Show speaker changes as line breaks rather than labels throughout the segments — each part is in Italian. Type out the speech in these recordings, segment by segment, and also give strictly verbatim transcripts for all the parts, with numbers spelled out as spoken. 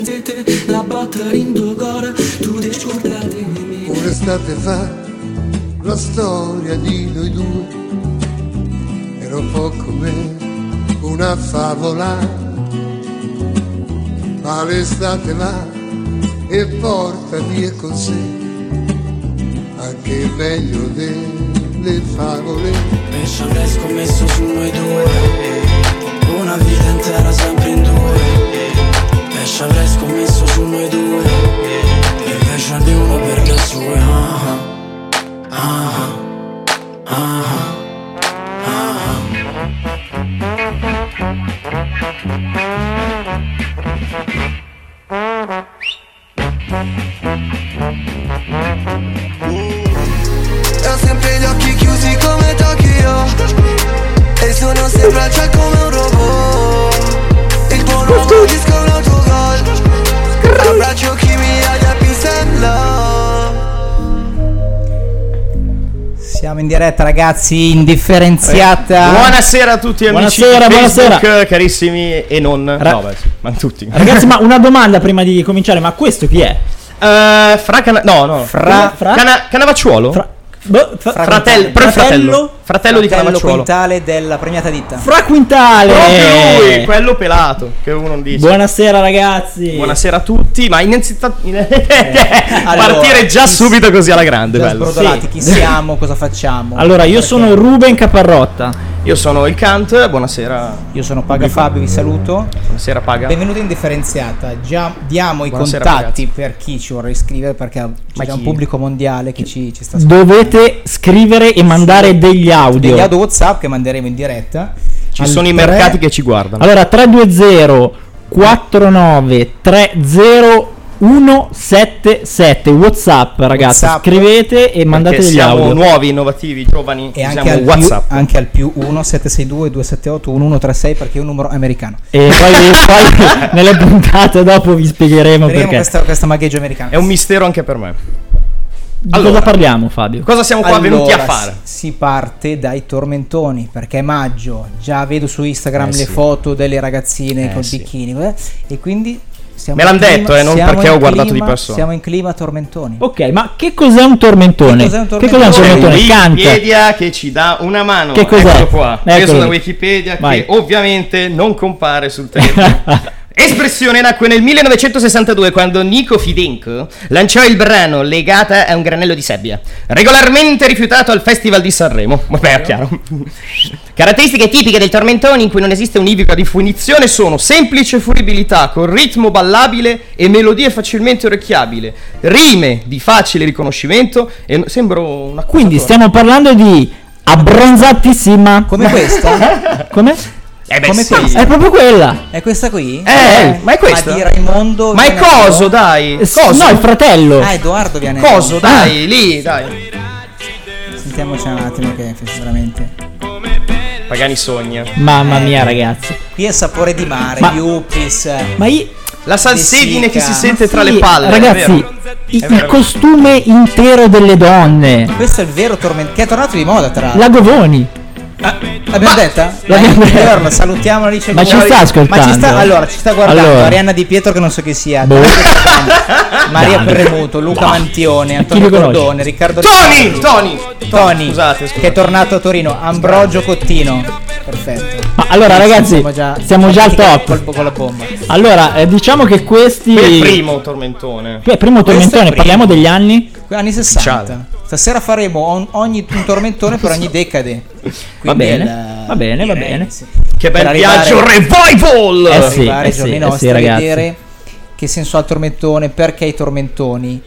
La batteria in tuo cuore, tu ti scordate di me.
Un'estate fa, la storia di noi due era un po' come una favola, ma l'estate va e porta via con sé anche il meglio delle favole.
Penso avrei scommesso su noi due, una vita intera sempre in due. Penso avrei scommesso su noi due, invece di uno per le sue. Ah ah ah ah ah.
E ho sempre gli occhi chiusi come Tokyo, e sono sempre al cielo come un robot. Il tuo nuovo disco è un autogol, abbraccio chi mi ha peace and love.
Siamo in diretta, ragazzi, indifferenziata.
Buonasera a tutti amici
buonasera,
di Facebook,
buonasera.
Carissimi e non.
Ra-
no, beh, sì, ma tutti.
Ragazzi, ma una domanda prima di cominciare, ma questo chi è?
Uh, fra Cana- no, no.
Fra, fra?
Cana- Canavacciuolo?
Fra, boh, fra,
fratello,
fratello,
fratello, fratello, fratello di Canavacciuolo.
Quintale della premiata ditta.
Fra Quintale.
Proprio lui, quello pelato che uno non dice.
Buonasera ragazzi.
Buonasera a tutti, ma innanzitutto
Allora,
partire già
chi-
subito così alla grande,
Già
bello.
sbrodolati,
Sì.
chi siamo, cosa facciamo?
Allora, io
Perché-
sono Ruben Caparrotta.
Io sono il Kant, buonasera.
Io sono Paga Fabio, vi saluto.
Buonasera Paga.
Benvenuti in Differenziata. Già diamo i
Buonasera,
contatti
ragazzi.
per chi ci vorrà iscrivere, perché
Ma
c'è già un
chi?
pubblico mondiale che ci, ci sta ascoltando.
Dovete scrivere e mandare degli audio.
Degli audio WhatsApp che manderemo in diretta.
Ci
Al
sono i
tre-
mercati che ci guardano.
Allora, tre due zero quattro nove tre zero uno sette sette WhatsApp, ragazzi.
WhatsApp.
Scrivete e mandate
Perché
degli
siamo
audio.
nuovi, innovativi, giovani.
E anche
usiamo
al,
WhatsApp.
più, anche al più uno sette sei due due sette otto uno uno tre sei, perché è un numero americano.
E poi, poi nelle puntate dopo vi spiegheremo
Vedremo
perché.
questa, questa magheggio americana.
È un mistero anche per me.
Di
Allora.
cosa parliamo, Fabio?
Cosa siamo qua venuti a
Allora,
fare?
Si parte dai tormentoni, perché è maggio, già vedo su Instagram
Eh
le
sì.
foto delle ragazzine
Eh
col
sì.
bikini, eh, e quindi siamo
Me l'han
in clima-
detto, eh, non
siamo
perché
in
ho guardato
clima-
di persona.
Siamo in clima tormentoni.
Ok, ma che cos'è un tormentone?
Che cos'è un
Che cos'è un
tormentone?
tormentone? Canta.
Wikipedia che ci dà una mano.
Che cos'è?
Eccolo qua.
Eccolo
Io sono da
lì.
Wikipedia
Vai.
che ovviamente non compare sul telefono. Espressione nacque nel millenovecentosessantadue quando Nico Fidenco lanciò il brano Legata a un granello di sabbia, regolarmente rifiutato al Festival di Sanremo. Vabbè, è chiaro. Caratteristiche tipiche del tormentone in cui non esiste un'ivica definizione sono semplice fruibilità con ritmo ballabile e melodie facilmente orecchiabile, rime di facile riconoscimento e sembro una
Quindi stiamo parlando di abbronzatissima.
Come questa?
Come?
Eh beh,
Come
sì.
questa?
È proprio quella.
È questa qui?
Eh, ma è questa?
Ma di Raimondo
Ma è
Vianello?
coso, dai.
Eh, sì,
Coso.
No, il fratello.
Ah, Edoardo Vianello.
Coso, dai, lì, dai.
Sentiamoci un attimo che veramente.
Pagani sogna.
Mamma
Eh,
mia, ragazzi.
Qui è sapore di mare,
Ma-
Yuppies.
Ma io.
La salsedine che si sente tra
Sì,
le palle. è
ragazzi,
vero?
i-
È
il
vero.
costume intero delle donne.
Questo è il vero tormento, che è tornato di moda tra l'altro.
La Govoni.
L'abbiamo detta?
L'abbiamo detta.
Allora la salutiamo, la dice
Ma ci
Govoni.
sta ascoltando?
Ma ci sta, allora ci sta guardando
Allora.
Arianna Di Pietro, che non so chi sia,
Boh.
Maria
Dai.
Perremuto, Luca
Dai.
Mantione,
Chi
Antonio
li conosce?
Cordone, Riccardo
Tony,
Riccardi,
Tony.
Tony,
Scusate, scusate.
che è tornato a Torino, Ambrogio Cottino. Perfetto.
Ma allora, ragazzi,
Siamo già,
siamo già al top.
Colpo con la bomba.
Allora, eh, diciamo che questi.
Qui è il primo tormentone.
Qui è il primo
Questo è il
tormentone.
primo.
Parliamo degli anni.
Anni sessanta. Stasera faremo on- ogni, un tormentone per ogni decade.
Va
Quindi
bene,
il-
va bene, va
direi,
bene.
sì.
Che bel
Per arrivare-
viaggio revival.
Eh
Per
sì,
arrivare ai
eh
giorni
sì, eh
nostri
sì,
a
ragazzi.
vedere che senso ha il tormentone, perché i tormentoni.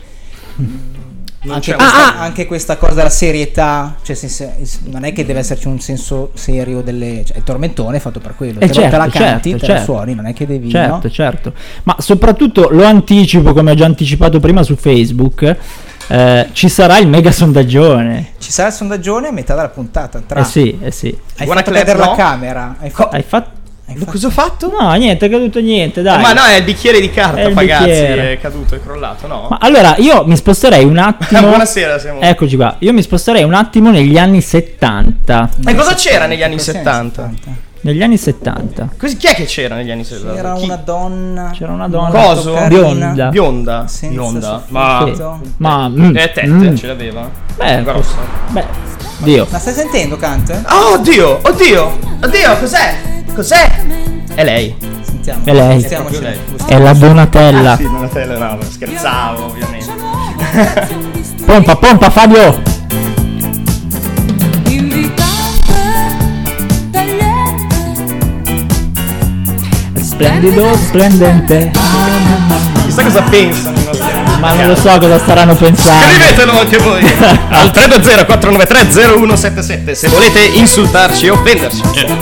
Non
Anche
c'è
questa,
Ah, ah.
anche questa cosa della serietà, cioè senso- non è che deve esserci un senso serio delle, cioè, il tormentone è fatto per quello,
Eh
te,
certo,
te la canti,
certo,
te la
certo.
suoni, non è che devi,
Certo,
no?
certo. Ma soprattutto lo anticipo, come ho già anticipato prima su Facebook. eh, ci sarà il mega sondaggione.
Ci sarà il sondaggione a metà della puntata, tra
Eh sì, eh sì.
hai
Buona
fatto
clap,
vedere
no?
la camera, hai, fa-
Hai fatto?
hai
Ma
fatto-
cosa ho fatto?
No, niente, è caduto niente, dai.
Ma no, è il bicchiere di carta,
È il
Pagazzi,
bicchiere.
è caduto, è crollato, no?
Ma allora io mi sposterei un attimo.
Buonasera, siamo.
Eccoci qua. Io mi sposterei un attimo negli anni settanta.
E cosa c'era negli anni
Cos'è
settanta?
Negli anni settanta.
Così, chi è che c'era negli anni settanta?
C'era
Chi?
una donna.
C'era una donna.
Coso?
carina,
Bionda.
Bionda.
senza
Bionda.
soffitto.
Ma
Ma mm,
e tette
mm.
ce l'aveva?
Beh,
Grossa.
beh, Dio.
Ma stai sentendo, Kant?
Oh, oddio, oddio, oddio, cos'è? Cos'è? È lei.
Sentiamo.
È lei.
Sentiamoci.
Proprio
È la Donatella.
Ah, sì, Donatella, no, scherzavo, ovviamente.
Pompa, pompa, Fabio. Splendido, splendente.
Chissà cosa pensano i nostri amici.
Ma non lo so cosa staranno pensando.
Scrivetelo anche voi al tre due zero quattro nove tre zero uno sette sette se volete insultarci e offenderci.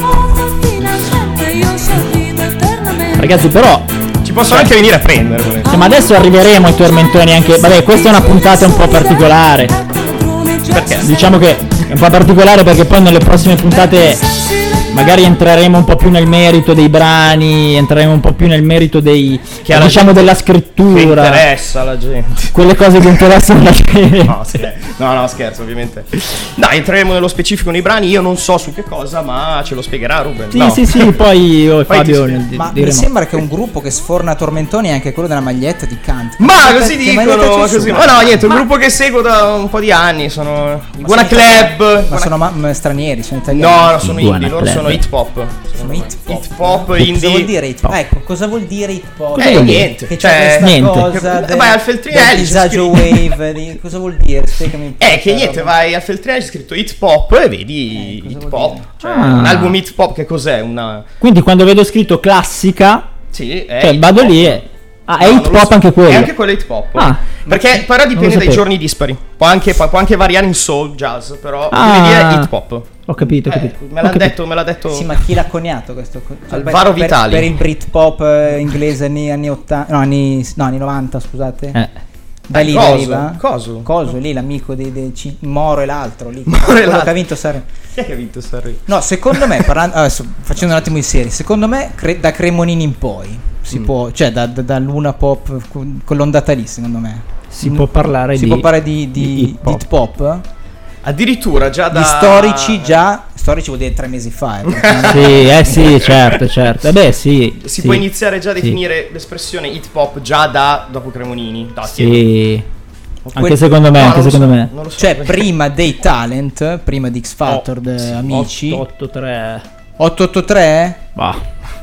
Ragazzi, però
Ci possono anche venire a prendere. volete.
cioè, ma adesso arriveremo ai tormentoni anche. Vabbè, questa è una puntata un po' particolare.
Perché?
Diciamo che è un po' particolare perché poi nelle prossime puntate magari entreremo un po' più nel merito dei brani, entreremo un po' più nel merito dei
Che alla
diciamo
gente-
della
Che
scrittura,
interessa la gente.
quelle cose che interessano la gente.
No, scherzo. No, no, scherzo, ovviamente. Dai, entreremo nello specifico nei brani. Io non so su che cosa, ma ce lo spiegherà Ruben.
Sì,
no.
sì, sì, poi io e
Poi ti
Fabio
spiego.
ne-
Ma mi
diremo.
sembra che un gruppo che sforna tormentoni è anche quello della maglietta di Kant.
Ma
Che
così
maglietta
dicono,
c'è su?
così. Ma no, niente, un gruppo che seguo da un po' di anni. Sono i Buona
sono
Club.
Ma
Buona-
sono ma- ma stranieri, sono italiani.
No, no, sono
Buona
indie, loro
Club.
sono hip hop.
Sono hip hop.
Hip hop,
Cosa
indie.
vuol dire hip hop? Ecco, cosa vuol dire hip hop?
Eh, niente,
Che
cioè,
c'è questa
niente.
cosa
Che-
del,
vai al Feltrinelli,
del
c'è
disagio
scritto-
wave, di, cosa vuol dire? Spiegami un po'.
Eh, che
questa
niente,
roba.
vai al Feltrinelli, c'è scritto hip hop e vedi
Eh, cosa
hip
vuol
hop.
dire?
Cioè,
Ah.
un album hip hop che cos'è? Una.
Quindi quando vedo scritto classica,
Sì, è
cioè
hip
vado
hop.
lì e ah, è
No,
hip
non lo
hop
so.
anche quello.
È anche quello hip hop.
Ah.
Perché però
Non
dipende
lo
dai
sapevo.
giorni dispari. Può anche, può anche variare in soul, jazz, però
Ah.
devi dire hip hop.
Ho capito, ho
Eh,
capito.
me
Ho
l'ha
capito.
detto, me l'ha detto.
Sì, ma chi l'ha coniato questo? co- cioè,
Alvaro
per,
Vitali.
Per, per il Britpop eh, inglese anni, anni ottanta, no, anni, no, anni novanta, scusate.
Eh.
Da lì
Coso,
deriva?
coso.
Coso, lì l'amico dei, dei Ci- Moro e l'altro lì.
Moro e
Quello
l'altro.
che ha vinto Sanremo.
Chi è che ha vinto Sanremo?
No, secondo me, parlando, adesso facendo un attimo i seri, secondo me cre- da Cremonini in poi si
Mm.
può, cioè da, da, da Luna Pop con, con l'ondata lì, secondo me.
Si può parlare
si
di
può parlare di, di,
di hip
di
hop.
hip hop?
Addirittura già da.
Gli storici già, storici vuol dire tre mesi fa. eh, perché-
Sì, eh sì, certo, certo. Eh beh, sì.
Si
sì,
può iniziare già a
sì.
definire l'espressione hip hop già da dopo Cremonini. Da,
Sì. Anche
Quel-
secondo me,
No,
anche
non lo
secondo
so,
me.
non lo so.
Cioè, prima dei talent, prima di X Factor,
Oh,
de-
sì,
amici.
otto otto tre.
otto otto tre?
Bah.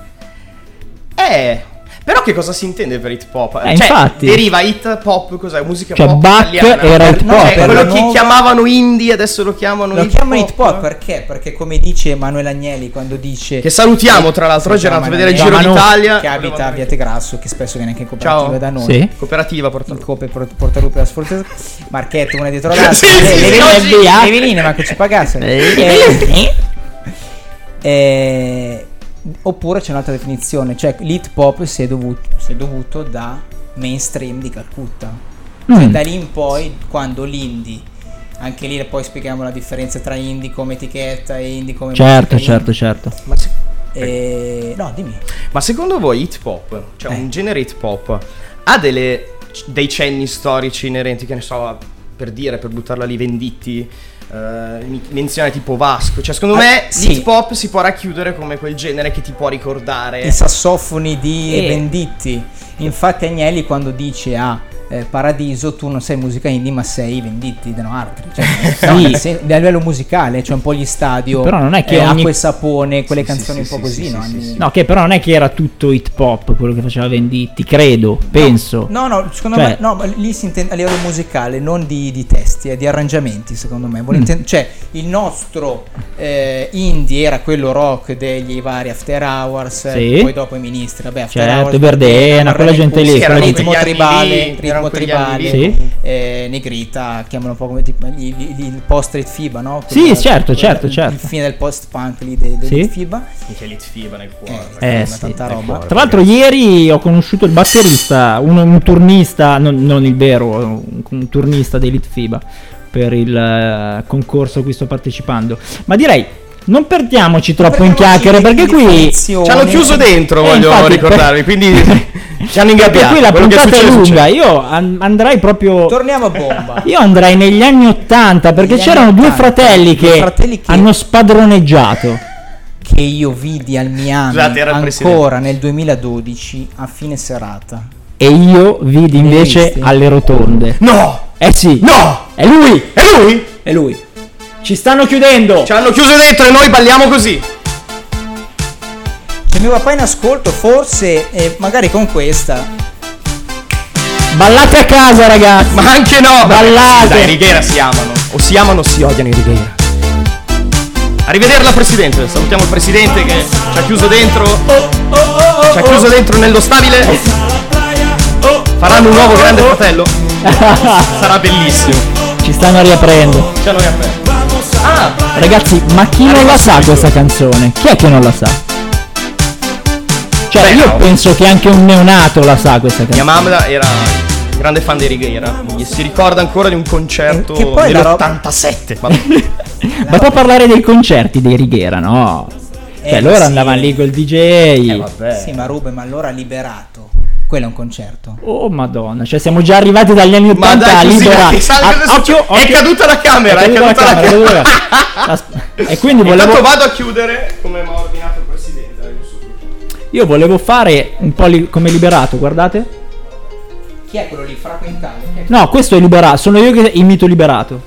Eh, però che cosa si intende per hip hop?
Eh,
cioè,
infatti.
deriva hip hop, cos'è? Musica
Cioè,
pop
Bach
italiana?
era hip
No,
hop.
cioè,
Per
quello
la
che
nuova-
chiamavano indie adesso lo chiamano
Lo
hip
chiamano
hop.
hip hop perché? Perché come dice Emanuele Agnelli quando dice
Che salutiamo, tra l'altro, oggi
Salutiamo
era andato a vedere il Giro
Emanuele
Manu,
d'Italia.
che abita a Viate Grasso, che spesso viene anche in cooperativa
Ciao.
da noi.
Sì.
Cooperativa Porto
In coppe Port- Portalupe la sfortuna Marchetto una dietro l'altra.
Sì, sì,
le,
sì,
le,
oggi-
venine, le venine, ma che ci pagassero. Eh, eh, oppure c'è un'altra definizione, cioè l'hip hop si è dovuto, si è dovuto da mainstream di Calcutta. Cioè
Mm.
da lì in poi, quando l'indie, anche lì poi spieghiamo la differenza tra indie come etichetta e indie come
Certo,
musica
certo, certo.
Ma, se-
indie. Eh, no, dimmi.
ma secondo voi hip hop, cioè
Eh.
un genere hip hop, ha delle, dei cenni storici inerenti, che ne so, per dire, per buttarla lì, Venditti, eh, mi- menzione tipo Vasco, cioè secondo
Ah,
me
sì.
l'hip hop si può racchiudere come quel genere che ti può ricordare.
I sassofoni di
Eh.
Venditti. Infatti Agnelli quando dice a eh, Paradiso tu non sei musica indie ma sei Venditti, no altri. Cioè, no,
Sì.
nel sen- a livello musicale, cioè un po' gli stadio,
Però non è che
eh,
ogni-
acqua e sapone, quelle
Sì,
canzoni
sì,
un po'
sì,
così,
sì,
no?
sì,
Anni-
sì.
No, che però non è che era tutto hip hop quello che faceva Venditti, credo, penso.
No, no, secondo
Cioè-
me no, ma lì si intende a livello musicale, non di, di testi, eh, di arrangiamenti, secondo me. Vuole
Mm.
inten- cioè, il nostro eh, indie era quello rock degli vari After Hours, eh,
Sì.
poi dopo i ministri, vabbè, After
Certo,
Hours,
Verdena, quella gente lì,
Sì, erano
ritmo
quegli anni
tribale,
lì,
ritmo
erano quegli anni
tribale,
lì.
Sì.
eh, Negrita, chiamano un po' come tipo gli- gli- gli- il post street FIBA, no?
Sì,
Quella-
certo,
quella-
certo,
il,
certo.
il fine del post punk lì dei, dei
Sì.
FIBA.
Minchia, Lit Fiba nel cuore.
Eh,
Eh,
ragazzi,
sì,
tanta
nel
roba.
cuore.
Tra l'altro ieri ho conosciuto il batterista, un, un turnista, non, non il vero, un, un turnista dei Litfiba per il eh, concorso a cui sto partecipando. Ma direi, non perdiamoci troppo in chiacchiere perché qui...
Ci hanno chiuso dentro,
Eh,
voglio
infatti,
ricordarvi, quindi ci hanno
Perché
ingabbiato.
qui la
Quello che
puntata è
succede,
lunga,
succede.
io an- andrei proprio...
Torniamo a bomba.
Io andrei negli anni ottanta perché
Negli
c'erano
anni
due
ottanta,
fratelli
due
che,
fratelli che-
hanno spadroneggiato.
che io vidi al Miami
Scusate, era il
ancora nel duemiladodici a fine serata.
E io vidi invece
visti?
alle rotonde.
No!
Eh sì,
No!
è lui,
È lui?
è lui. Ci stanno chiudendo.
Ci hanno chiuso dentro e noi balliamo così.
C'è mio papà in ascolto, forse, e magari con questa.
Ballate a casa, ragazzi.
Ma anche no!
Ballate.
Dai, Righiera si amano. O si amano o si odiano i Righiera. Arrivederla Presidente. Salutiamo il Presidente che ci ha chiuso dentro. Ci ha chiuso dentro nello stabile. Faranno un nuovo Grande Fratello? Sarà bellissimo.
Ci stanno riaprendo.
Ci hanno riaperto. Ah,
Ragazzi, ma chi non la sa questa canzone? Chi è che non la sa? Cioè,
Beh,
io
no.
penso che anche un neonato la sa questa
mia
canzone.
mamma era grande fan dei Righiera. Mi si ricorda ancora di un concerto
Che poi la roba-
nell'ottantasette. Vabbè.
Ma può parlare dei concerti dei Righiera, no? Cioè,
Eh,
loro
sì.
andavano lì col D J.
Eh, vabbè.
Sì, ma Ruben, ma allora liberato. Quello è un concerto.
Oh madonna, cioè siamo già arrivati dagli anni
Ma
ottanta a
dai, così,
liberare.
che sa-
Ah,
cosa è
occhio,
successo? È
occhio.
caduta la camera, è caduta la
camera,
camera.
As- E quindi volevo,
Intanto vado a chiudere come mi ha ordinato il Presidente. dai, non so.
io volevo fare un po' li- come Liberato, guardate.
Chi è quello lì? Fra Quintale?
No, questo è Liberato, sono io che imito Liberato.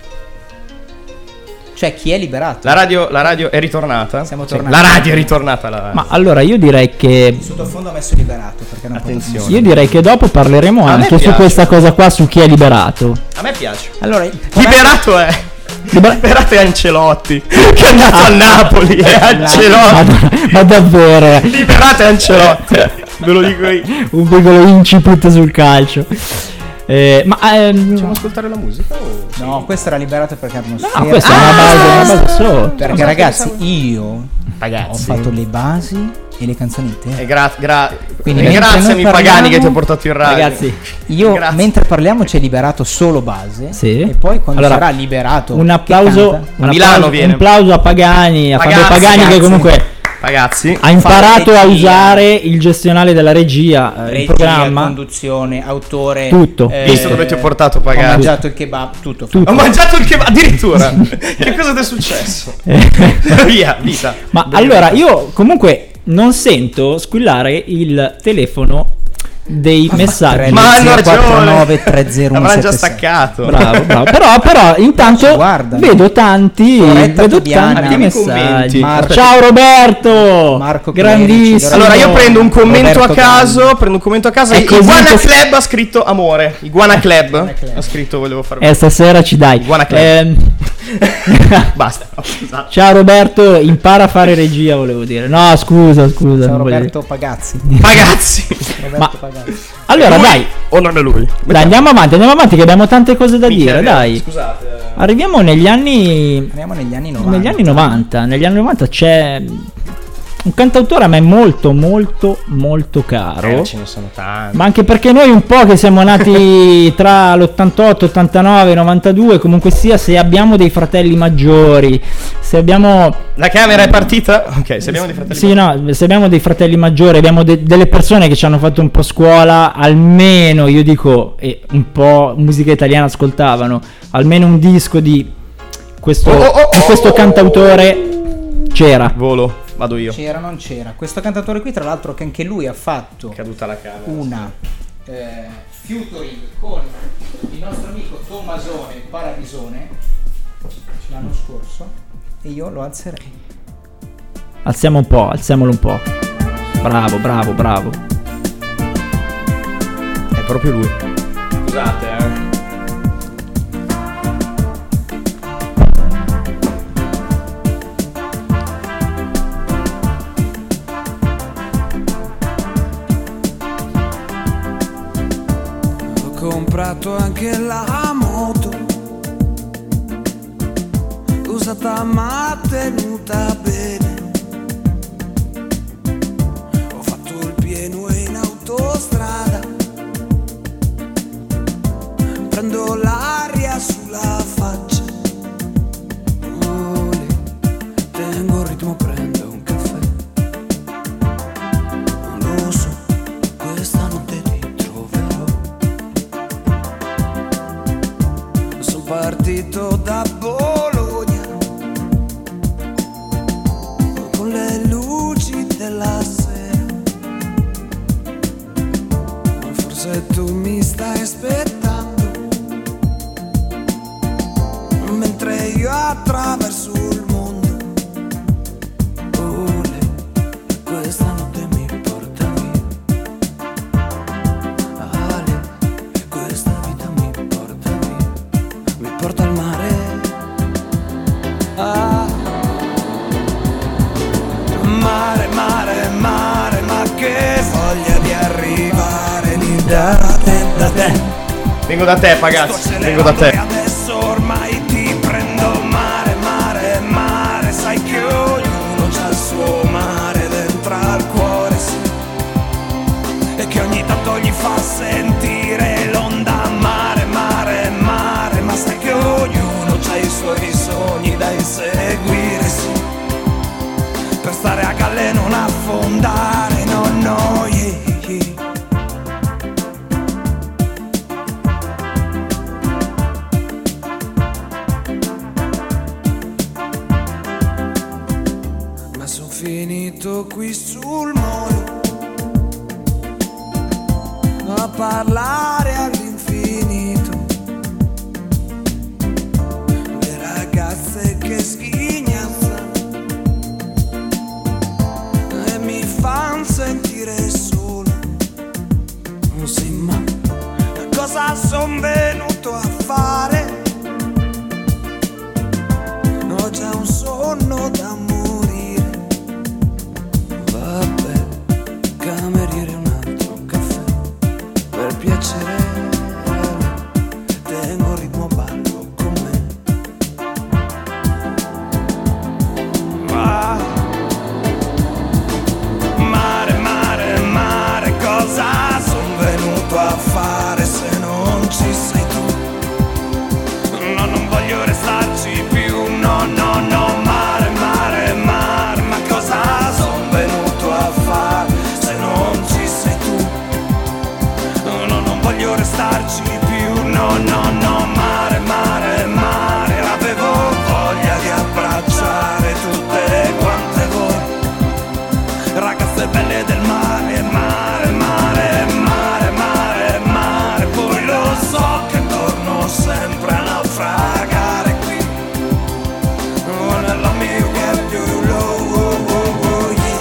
Cioè, chi è liberato?
La radio, la radio è ritornata.
Siamo
Sì,
tornati.
La radio è ritornata. La...
Ma allora io direi che
In sottofondo ho messo liberato perché non
Attenzione.
io direi che dopo parleremo
A me
anche su
piace.
questa cosa qua, su chi è liberato.
A me piace.
Allora,
Liberato è.
Libera-
Liberato è Ancelotti. Che è andato a Napoli. È Ancelotti.
Madonna, ma davvero, eh.
Liberato è Ancelotti. Ve lo dico io.
Un piccolo incipit sul calcio. Eh, ma ehm,
Facciamo ascoltare la musica? o-
no, questo era liberato perché atmosfera.
no, questa è una base, una base sotto.
Perché ragazzi, io ho
Ragazzi.
fatto le basi e le canzoni di
E
te.
gra- gra-
Quindi
ringraziami
mentre noi
Pagani
parliamo-
che ti ho portato in radio.
Ragazzi,
Io
Grazie.
mentre parliamo c'è liberato solo base.
Sì.
E poi quando
Allora,
sarà liberato
un
che
applauso,
canta,
un
Milano
applauso,
viene.
un applauso a Pagani, a Fabio
Ragazzi,
Pagani che
ragazzi.
comunque
Ragazzi.
ha imparato a
regia.
usare il gestionale della regia, eh, il
regia,
programma.
conduzione, autore,
Tutto.
Visto dove ti ho portato
Ho
Pagani.
mangiato il kebab, tutto.
Tutto.
Ho mangiato il kebab addirittura. Che cosa ti è successo? Via, vita.
Ma allora io comunque non sento squillare il telefono dei messaggi.
Ma hanno
quattro nove
ragione.
tre zero uno
Avranno già
sette sei.
staccato.
Bravo, bravo. Però, però intanto
Guarda.
vedo tanti,
Floretta
vedo
Tobiana.
tanti
Abbiamo i
messaggi.
commenti.
Marco-
Ciao Roberto,
Marco
grandissimo.
Clerici,
Allora io prendo un commento
Roberto
a caso,
Galli.
prendo un commento a caso.
È così
Iguana
che-
Club ha scritto amore. Iguana Club
Iguana Club.
ha scritto volevo fare.
Eh, stasera ci dai.
Buona club.
Ehm,
Basta. Oh, scusate.
ciao Roberto, impara a fare regia, volevo dire. No, scusa, scusa.
Ciao
non volevo
Roberto Pagazzi.
Ragazzi.
Roberto
Ma-
Pagazzi.
dire. Allora,
Lui
dai,
O non è lui.
dai, andiamo avanti, andiamo avanti che abbiamo tante cose da
Minchia,
dire,
è vero.
dai.
Scusate. eh.
Arriviamo negli anni
Andiamo negli anni novanta.
negli anni novanta. Negli anni novanta c'è un cantautore a me molto molto molto caro.
Eh, ce ne sono tanti.
Ma anche perché noi un po' che siamo nati tra l'ottantotto, ottantanove, novantadue, comunque sia, se abbiamo dei fratelli maggiori, se abbiamo
La camera è partita? Ok, se abbiamo dei fratelli.
sì, no, se abbiamo dei fratelli maggiori, abbiamo de- delle persone che ci hanno fatto un po' scuola, almeno io dico, e un po' musica italiana ascoltavano, almeno un disco di questo,
Oh, oh, oh,
di questo
oh.
cantautore c'era.
Volo, vado io.
C'era o non c'era? Questo cantatore qui, tra l'altro, che anche lui ha fatto
È caduta la camera.
una eh, featuring con il nostro amico Tommasone Parabisone l'anno scorso e io lo alzerei.
Alziamo un po', alziamolo un po'. Bravo, bravo, bravo.
È proprio lui. Scusate, eh.
Ho comprato anche la moto, usata ma tenuta bene. Ho fatto il pieno in autostrada, prendo l'aria sulla faccia. Ole, tengo il ritmo, prendo un caffè. Non lo so, questa notte ti troverò. Sono partito da Bologna con le
e tu mi stai aspettando, mentre io attraverso il mondo. Oh, le, questa notte mi porta via. Ale, questa vita mi porta via, mi porta al mare. Ah. Mare, mare, mare, ma che voglia di arrivare lì da te, da te.
Vengo da te, ragazzi, vengo da te.
Adesso ormai ti prendo. Mare, mare, mare, sai che ognuno c'ha il suo mare dentro al cuore, sì. E che ogni tanto gli fa sentire l'onda. Mare, mare, mare, ma sai che ognuno c'ha i suoi sogni da inseguire, sì. Per stare a galla e non affondare, no, no, yeah, yeah. Ma son finito qui sul molo a parlare all'infinito. Le ragazze che sghignazzano e mi fan sentire solo. Non sì, ma cosa son venuto a fare? Ho già un sonno da morire. Vabbè, cameriere, un altro caffè per piacere. Tengo il ritmo, ballo con me. Ah. Mare, mare, mare, cosa son venuto a fare se non ci sei tu? No, non voglio restarci più, no, no, no. Mare, mare, mare, ma cosa son venuto a fare se non ci sei tu? No, non voglio restarci più, no, no, no. Mare, mare, mare, avevo voglia di abbracciare tutte quante voi, ragazze belle del mare, mare, mare, mare, mare, mare. Poi lo so che torno sempre a naufragare qui. When I love me, you get too low, oh, oh, oh, yeah.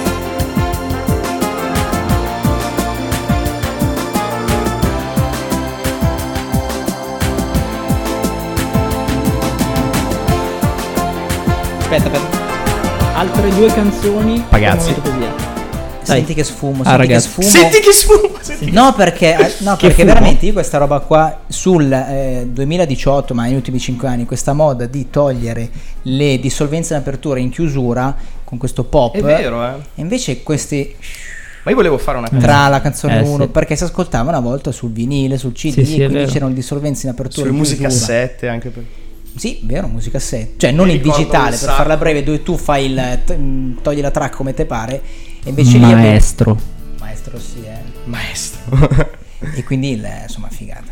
Aspetta, aspetta. Altre due canzoni.
Ragazzi.
Così, eh. Dai.
Senti che sfumo,
Ah,
senti che
ragazzi.
sfumo.
Senti che sfumo. Senti.
No, perché, eh, no,
Che
perché
fumo?
veramente io questa roba qua sul eh, duemiladiciotto, ma negli ultimi cinque anni, questa moda di togliere le dissolvenze in apertura e in chiusura con questo pop.
È vero, eh.
E invece questi
Ma io volevo fare una canzone.
tra la canzone
Eh,
uno,
sì.
perché si ascoltava una volta sul vinile, sul C D,
Sì, sì, è
quindi
vero.
c'erano le dissolvenze in apertura
sulle
e chiusura.
musicassette anche per...
Sì, vero, musicassette. Cioè non
Mi
il
ricordo
digitale,
un
per
sacco.
farla breve, dove tu fai il t- mh, togli la track come te pare, e invece lì
Maestro.
maestro sì, eh.
Maestro.
E quindi il, insomma figata.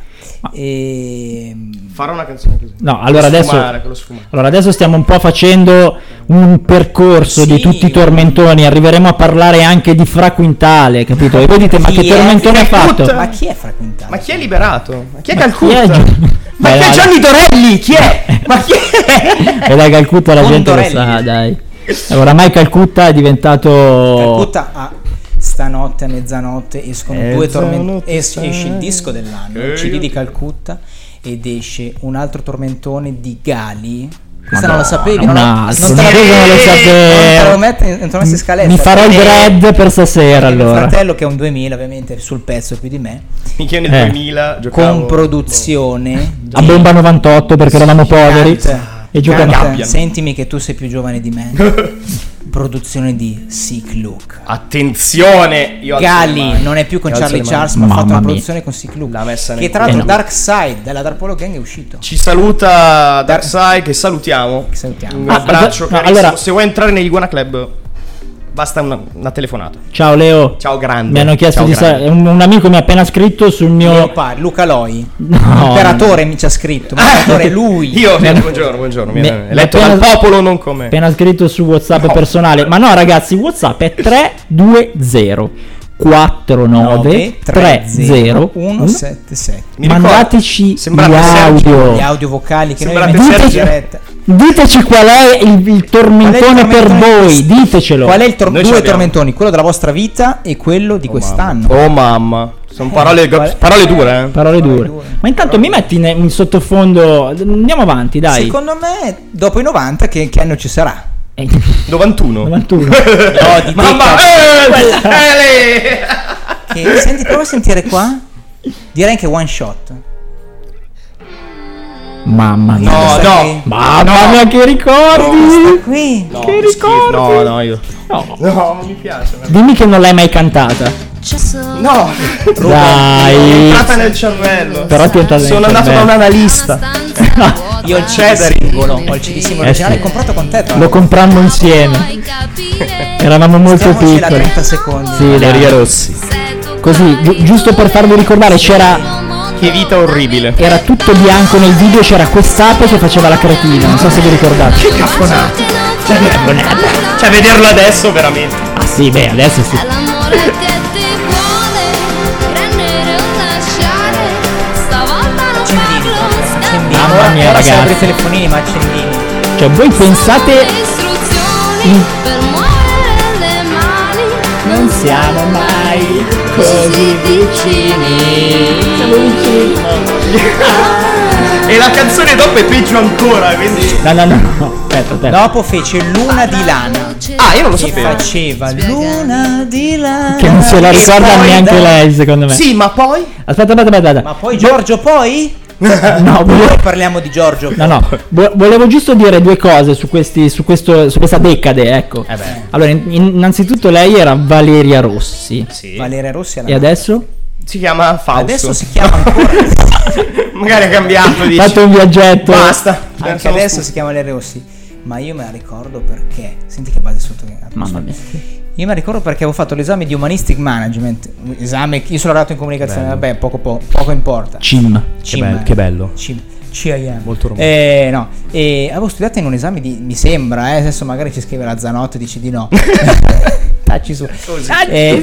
E
Fare una canzone così.
No, allora
Con lo
adesso,
sfumare, con lo sfumare.
allora adesso stiamo un po' facendo un percorso
Sì.
di tutti i tormentoni. Arriveremo a parlare anche di Fra Quintale, capito? E voi dite: ma
Chi
che
è?
tormentone ha
Chi è
fatto?
tutta?
ma chi è Fra Quintale?
Ma chi è liberato? Ma chi è
Ma chi
Calcutta?
è Gio-
Ma
Beh,
chi è
dai.
Gianni Dorelli? Chi è? Ma chi è?
E da Calcutta la gente lo
Mondorelli.
sa, dai. Oramai Calcutta è diventato.
Calcutta a stanotte a mezzanotte escono due
Mezzanotte
tormentoni, es-
sai
esce il disco dell'anno, il C D di Calcutta, ed esce un altro tormentone di Gali. Questa non la sapevi,
un
non, ho-
altro,
non te
una
la
cosa non lo
non te
sapevo.
lo metti non te lo metti in scaletta.
Mi farò il
perché
dread per stasera
mio
allora.
fratello, che è un duemila ovviamente sul pezzo più di me,
Minchia nel
Eh.
duemila giocavo...
con produzione
A bomba novantotto perché eravamo poveri
Gigante.
e giocavamo.
Gigante.
Gabbiano.
Sentimi che tu sei più giovane di me. Produzione di Sick Look.
Attenzione! Io alzo le
Gali
mani.
non è più con
Io alzo
Charlie
le mani.
Charles, ma ha
Mamma
fatto una
mia.
produzione con Sick Look.
L'ha messa nel
Che tra l'altro
culo.
Dark Side della Darpolo Gang è uscito.
Ci saluta Darkside, che salutiamo.
Che salutiamo.
Un
Ah,
abbraccio.
no,
carissimo.
allora-
Se vuoi entrare negli Iguana Club, basta una, una telefonata.
Ciao Leo.
Ciao grande.
Mi hanno chiesto
Ciao,
di
grande.
sa- un, un amico mi ha appena scritto sul mio.
Leopard, Luca Loi.
No,
L'imperatore mi ci ha scritto. L'imperatore è lui.
Io,
Mi hanno-
buongiorno, buongiorno. Mi
Mi-
è
mi
eletto
appena-
dal popolo, non come.
appena scritto su WhatsApp
No.
personale. Ma no, ragazzi, WhatsApp è tre due zero quattro nove tre zero
uno sette sette.
Mandateci gli
Sergio.
audio.
Gli audio vocali che
Sembrate
noi
Sergio.
in diretta.
Diteci qual è il, il tormentone per
tormentone
voi,
di-
ditecelo.
Qual è il tor-
Noi ce
due
l'abbiamo.
tormentoni, quello della vostra vita e quello di quest'anno.
Oh mamma, sono parole,
Qual-
parole dure, eh.
Parole dure.
dure.
Ma intanto mi metti ne- in sottofondo. Andiamo avanti, dai.
Secondo me, dopo i novanta, che, che anno ci sarà?
Eh,
novantuno.
novantuno.
No, di
Mamma,
decade.
eh, eh,
Che, senti, prova a sentire qua. Direi che one shot.
Mamma mia.
No,
Questa
no.
qui.
Mamma mia, che ricordi.
Questa qui.
no,
Che
che schifo.
ricordi.
No, no, io.
No.
No, non mi piace.
Dimmi che non l'hai mai cantata.
No, è
Dai.
entrata nel cervello.
Però ti è entrata nel
Sono andato da
cervello.
un analista.
Io ho il C D singolo, ho il C D singolo
Eh
originale,
sì.
comprato con te. tra
Lo
l'altro.
comprammo insieme. Eravamo molto
Stiamoci là
piccoli.
trenta secondi.
Sì, dai.
Rossi.
Così, gi- giusto per farvi ricordare, c'era.
Che vita orribile.
Era tutto bianco nel video, c'era quest'ape che faceva la cretina. Non so se vi ricordate.
Che caffonata. Cioè, caffonata. Cioè, vederlo adesso veramente.
Ah sì, beh, adesso sì.
L'amore che ti vuole prendere o lasciare, stavolta non
Accendini,
parlo,
accendini.
Mamma
Ora-
mia,
ora si
ragazzi.
apre i telefonini, ma accendini.
Cioè, voi pensate.
istruzioni
Mm.
per muovere le mani.
Non siamo mai così vicini. Siamo vicini.
E la canzone dopo è peggio ancora, quindi.
No, no, no, no. Aspetta, aspetta.
Dopo fece Luna di Lana.
Ah, io non lo
Che
sapevo.
faceva Luna di Lana.
Che non se la
E
ricorda
poi
neanche
da-
lei, secondo me.
Sì, ma poi.
Aspetta, aspetta, aspetta. aspetta.
Ma poi Giorgio poi?
No,
Poi
volevo,
parliamo di Giorgio.
no, no. Vo- volevo giusto dire due cose su, questi, su, questo, su questa decade, ecco.
Eh beh.
Allora, in- innanzitutto lei era Valeria Rossi.
Sì.
Valeria Rossi alla
E adesso?
Si chiama Fausto.
Adesso si chiama ancora.
Magari ha cambiato. Dici.
Fatto un viaggetto.
Basta.
Anche
Sono
adesso
stufo.
si chiama Valeria Rossi. Ma io me la ricordo perché. Senti che base sotto che
Mamma mia.
Io me la ricordo perché avevo fatto l'esame di Humanistic Management. un Esame. Io sono laureato in comunicazione. Vabbè, poco, po- poco importa.
Cim.
Cim,
bello, che bello.
Cim. C I M.
Molto romantico.
Eh, no. E avevo studiato in un esame di. Mi sembra, eh. Adesso magari ci scrive la Zanotto e dici di no. Tacci su. Eh,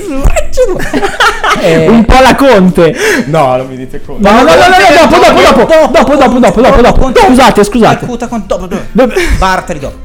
eh,
Un po' la Conte.
No, non mi dite come.
No, no, no, no, no, dopo, dopo, dopo, dopo, dopo, dopo, dopo, dopo. Scusate, scusate.
Calcutta con dopo, dopo. Bartali dopo.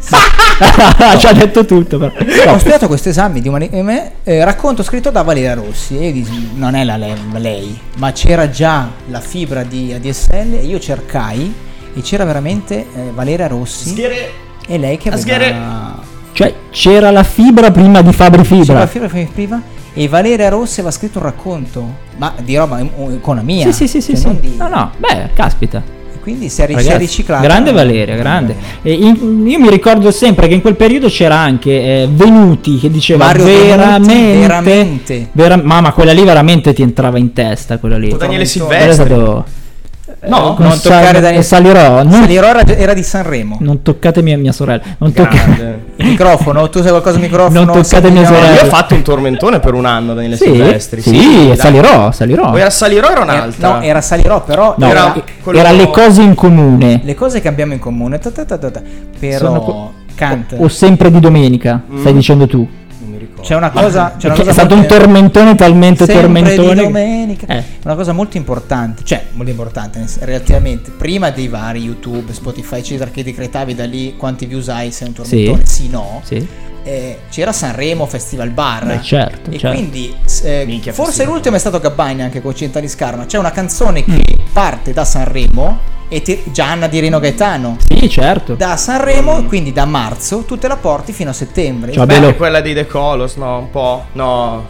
Ci ha detto tutto, però.
Ho studiato questo esame di umani- eh, me- eh, racconto scritto da Valeria Rossi e io dissi, non è la lei, lei, ma c'era già la fibra di A D S L e io cercai e c'era veramente eh, Valeria Rossi
Schiere.
e lei che
Sghere.
aveva
Cioè, c'era la fibra prima di Fabri
c'era
Fibra.
la fibra prima e Valeria Rossi aveva scritto un racconto, ma di roba eh, con la mia.
Sì, sì, sì, sì,
cioè non
sì.
di-
No, no, beh, caspita.
e quindi si è, ri- si è
Ragazzi,
riciclata.
grande Valeria, grande. E in- io mi ricordo sempre che in quel periodo c'era anche eh, Venuti che diceva
Mario Venuti,
veramente,
veramente.
vera- mamma, quella lì veramente ti entrava in testa, quella lì.
O Daniele
Tormentone.
Quello è
Silvestri.
stato
No,
non
sa-
toccare Daniele-
salirò, non,
Salirò era, era di Sanremo.
non toccate mia, mia sorella, non, tocca-
Grande.
Il microfono, tu sai qualcosa di microfono?
Non toccate mia
Salirò.
sorella.
Io ho fatto un tormentone per un anno, Daniele
Sì,
Silvestri.
sì,
dai.
salirò, salirò.
O era Salirò o era
Era-
un'altra?
No, era Salirò, però
No,
era
era,
quello-
era le cose in comune.
le cose che abbiamo in comune. ta ta ta ta ta. Però
Sono co-
canta.
O sempre di domenica, stai dicendo tu.
Non mi ricordo.
C'è una cosa, c'è una
Perché
cosa
è stato un
molto-
tormentone talmente
sempre
tormentone.
di domenica.
Eh.
Una cosa molto importante, cioè molto importante nel- relativamente prima dei vari YouTube, Spotify, eccetera, che decretavi da lì quanti views hai, sei un tormentone, sì, no.
Sì,
Eh, c'era Sanremo Festival Bar.
beh, certo,
E
certo.
quindi eh,
Minchia,
forse
festival.
l'ultimo è stato Gabbaini anche con Cinta di Scarma. C'è una canzone che parte da Sanremo e ti- Gianna di Rino Gaetano.
Sì, certo.
Da Sanremo, quindi da marzo, tu te la porti fino a settembre.
Ciao,
Beh,
bello.
anche quella dei The Colors, no, un po'. No.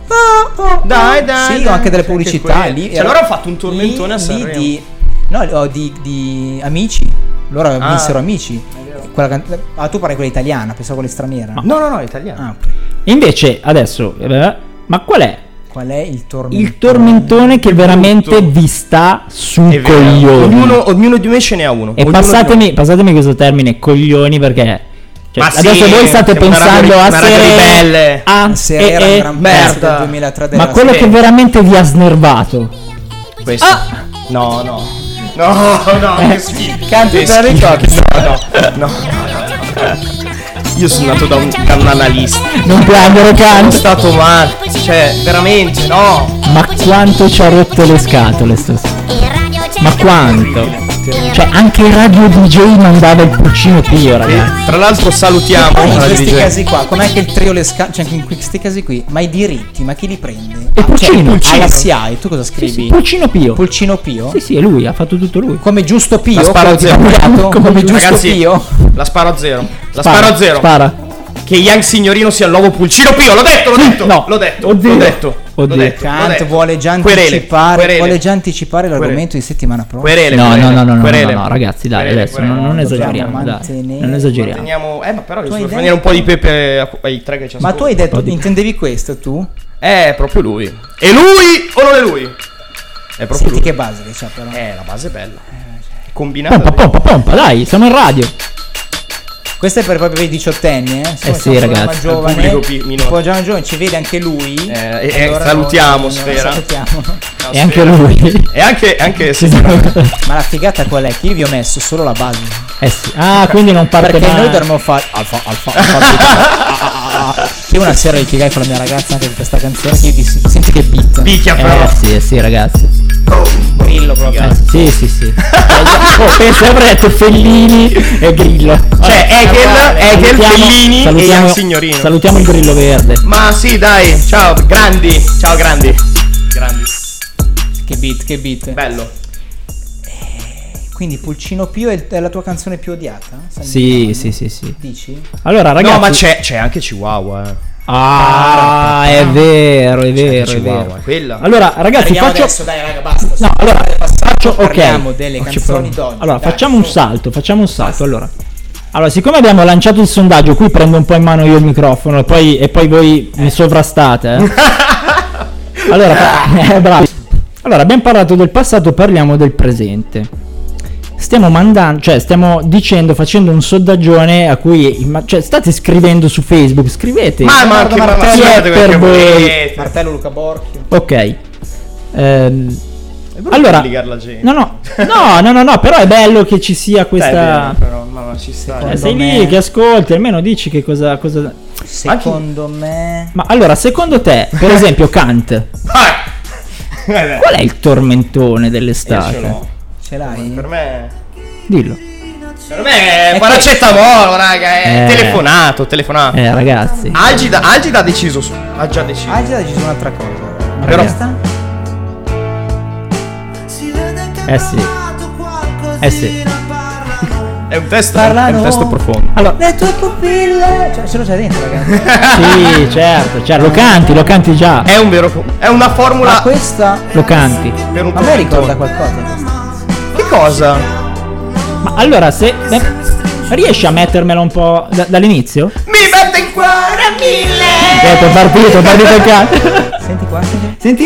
Dai, dai.
Sì,
dai,
ho anche delle
c'è
pubblicità
quelle.
lì.
Cioè,
era-
loro hanno fatto un tormentone
lì-
a
lì
Sanremo.
di no, oh, di, di Amici. Loro
Ah.
vinsero Amici. Quella can- ah, tu parli quella italiana, pensavo quella straniera.
No, no, no, italiano.
Ah, ok.
Invece, adesso, eh, ma qual è
Qual è il tormentone?
il tormentone che veramente vi sta sul
È vero.
coglioni?
Ognuno, ognuno di noi ce n'ha uno.
E
Ognuno di
passatemi,
noi.
passatemi questo termine coglioni perché cioè,
Ma sì,
adesso voi state
siamo una
pensando
radio-
a
una radio
serie
ribelle.
A
Se
e
era un
E,
gran pezzo
merda.
del duemilatré
ma
della
quello
serie.
che veramente vi ha snervato.
Questo. No, no. No, no, che schifo.
Canti
Che
per i
schifo.
cotti.
No, no, no, no. Io sono andato da un, da un analista.
Non piangere,
Sono
Kant.
stato male. Cioè, veramente, no.
Ma quanto ci ha rotto le scatole sto. Ma quanto? Cioè, anche il radio D J mandava il Pulcino Pio, ragazzi.
Tra l'altro salutiamo
Poi in
la
questi
D J.
casi qua, com'è che il trio le sca... cioè in questi casi qui, ma i diritti, ma chi li prende?
E
Ah,
Pulcino.
cioè, alla S I A E, tu cosa scrivi?
Pulcino Pio.
Pulcino Pio?
Sì, sì, è lui, ha fatto tutto lui.
Come Giusto Pio?
La sparo a
quello di
zero.
Cambiato?
Come
Come Giusto
Ragazzi,
Pio?
la sparo a zero. La
Spara,
sparo a zero.
Spara.
Che Young Signorino sia il nuovo Pulcino Pio. L'ho detto, l'ho detto.
No.
L'ho detto.
Oddio.
L'ho detto.
Oddio.
L'ho detto. l'ho
Kant
detto.
vuole già
Querele,
anticipare,
querele.
vuole già anticipare l'argomento
Querele.
di settimana prossima.
Querele,
No,
querele,
no, no, no, no,
querele.
no, no, ragazzi, dai,
Querele,
adesso
querele.
non, non
Dobbiamo
esageriamo, dai.
mantenere-
Non esageriamo.
Teniamo, eh, ma però
Tu
devo
hai
fare
detto-
un po' di pepe a- ai tre che ci
Ma tu hai detto,
Un po' di-
intendevi questo tu?
È proprio lui. È lui o non è lui? È proprio
Senti
lui.
che base che c'ha però.
Eh, la base è bella. Combinata.
Pompa, pompa, pompa, dai, siamo in radio.
Questo è per proprio i diciottenni, eh?
Eh sì, ragazzi,
il
giovane,
pubblico pi- minore.
un po' giovane, giovane, ci vede anche lui.
Eh, e- e salutiamo, Sfera.
Salutiamo.
No,
E anche
spera.
lui.
E anche, anche se
Ma la figata qual è? Che io vi ho messo solo la base.
Eh sì. Ah, quindi non parte
Perché
mai.
noi dovremmo fare alfa, alfa, alfa. Io una sera litigai con la mia ragazza anche per questa canzone. Che io dissi, senti che beat.
picchia però.
Eh sì, eh sì, ragazzi.
Brillo proprio.
Eh, sì, sì, sì. Oh, penso avrei detto Fellini e Grillo.
Cioè, Hegel, Hegel,
Salutiamo-
Fellini e
salutiamo,
Young Signorino.
salutiamo il Grillo Verde.
Ma sì, dai, ciao, grandi. Ciao, grandi. Grandi.
Che beat, che beat.
Bello.
Quindi Pulcino Pio è, è la tua canzone più odiata? Stanno
Sì,
dicendo?
sì, sì, sì.
Dici?
Allora, ragazzi.
No, ma c'è, c'è anche Chihuahua, eh.
Ah, è vero, è
C'è
vero,
anche
è
Chihuahua,
vero.
è quella.
Allora, ragazzi,
Arriviamo
faccio
adesso, dai raga, basta.
No, allora faccio ok.
Parliamo delle
Oh, ci
canzoni
provo.
d'oggi.
Allora,
dai,
facciamo un
su.
salto, facciamo un salto. Allora. Allora, siccome abbiamo lanciato il sondaggio, qui prendo un po' in mano io il microfono e poi, e poi voi mi sovrastate, eh. Allora, fa- eh, bravi. Allora, abbiamo parlato del passato, parliamo del presente. Stiamo mandando, cioè stiamo dicendo, facendo un sondaggione a cui, ma- cioè state scrivendo su Facebook, scrivete.
Ma, ma anche ma, ma,
Martello,
chi è
guardate quel
per
che
voi?
volete.
Martello Luca Borchio.
Ok. Ehm,
È brutto
allora,
obbligare la gente.
no, no, no, no, no, no, però è bello che ci sia
Dai,
questa.
bene, però, ma, ma ci sta.
Eh,
Secondo
sei
me-
lì che ascolti, almeno dici che cosa, cosa.
Secondo me...
Ma allora, secondo te, per esempio, Kant,
Vai. Eh,
qual è il tormentone
io ce
dell'estate?
l'ho.
Ce l'hai?
Per me
Dillo.
Per me è
È
paracetamolo, raga, è
Eh.
telefonato, telefonato.
Eh, ragazzi.
Algida, Algida ha deciso su, ha già deciso.
Ah, già deciso un'altra cosa. Ma
Però-
questa?
Eh sì. Eh sì.
È un testo, è
Parlano.
un testo profondo.
Allora,
Le tue pupille... Cioè, ce l'ho già dentro, ragazzi.
sì, certo, certo, lo canti, lo canti già.
È un vero è una formula
Ma questa...
Lo canti.
per un
A me ricorda
tormentone.
qualcosa questa.
Che cosa?
Ma allora, se beh, riesci a mettermela un po' da- dall'inizio?
Mi mette in cuore a mille.
Ecco, è partito, è partito il canto.
Senti qua, senti.
Senti?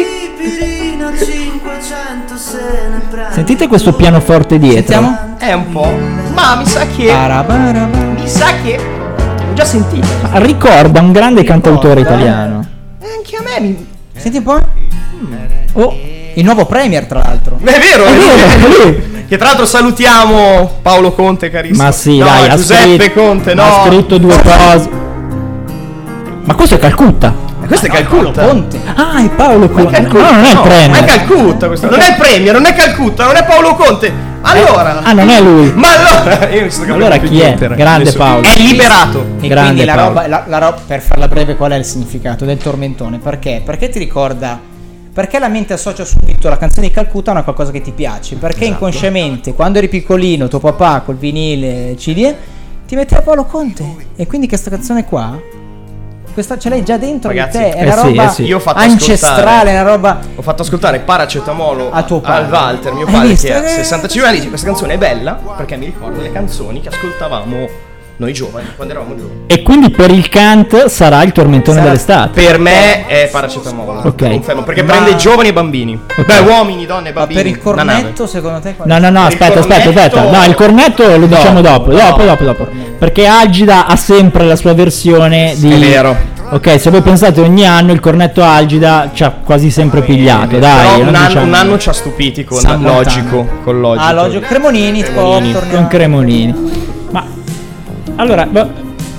Sentite questo pianoforte dietro.
Sentiamo?
È un po'. Ma mi sa che
Parabaraba.
mi sa che ho già sentito.
Ricorda un grande cantautore
Ricorda.
italiano.
Eh, Anche a me mi...
Senti un po'.
Oh,
Il nuovo premier, tra l'altro.
È vero,
è
è
vero,
vero.
è lui.
Che tra l'altro salutiamo Paolo Conte, carissimo.
Ma sì,
no,
dai, ha
Giuseppe
scritto,
Conte, no.
ha scritto due cose. Ma questo è Calcutta.
Ma questo è Calcutta.
Ponte.
Ah, è Paolo
Ma è
Conte.
Calcutta,
No, non è il
no,
premio.
Ma è Calcutta questo. Non è il premio, non è Calcutta, non è Paolo Conte. Allora.
Ah, non è lui.
Ma allora. Io non sto capendo
Allora
più
chi è?
niente, ragazzi.
Grande
Adesso-
Paolo.
È liberato.
E
Grande
quindi la
Paolo.
roba, la, la roba, per farla breve, qual è il significato del tormentone? Perché? Perché ti ricorda, perché la mente associa subito la canzone di Calcutta a una qualcosa che ti piace? Perché
Esatto.
inconsciamente, quando eri piccolino, tuo papà col vinile C D ti metteva Paolo Conte. E quindi questa canzone qua, questa ce l'hai già dentro
Ragazzi,
di te, è
eh
una
sì,
roba
eh sì.
Io ho fatto
ancestrale,
ascoltare-
è una roba...
Ho fatto ascoltare paracetamolo
A tuo padre.
al Walter, mio
Hai
padre,
visto?
che ha
Eh.
sessantacinque anni. Dice: questa canzone è bella perché mi ricorda le canzoni che ascoltavamo noi giovani, quando eravamo giovani.
E quindi per il Kant sarà il tormentone
Sarà-
dell'estate.
Per me è paracetamolo.
Ok.
Confermo, perché
Ma-
prende giovani e bambini. Beh, uomini, donne,
Ma
bambini.
per il
una nave.
cornetto, secondo te? qual è?
No, no, no,
Il
aspetta, aspetta,
cornetto-
aspetta. No, il cornetto lo diciamo dopo,
no.
dopo, dopo, dopo. Perché Algida ha sempre la sua versione di...
È vero.
Ok, se voi pensate ogni anno il cornetto Algida ci ha quasi sempre pigliato, dai.
Però
non
un anno,
diciamo-
un anno ci ha stupiti con
San Montana.
Logico. Con Logico.
Ah, Logio Cremonini,
Cremonini.
oh, torniamo.
Con Cremonini. Ma allora, ma-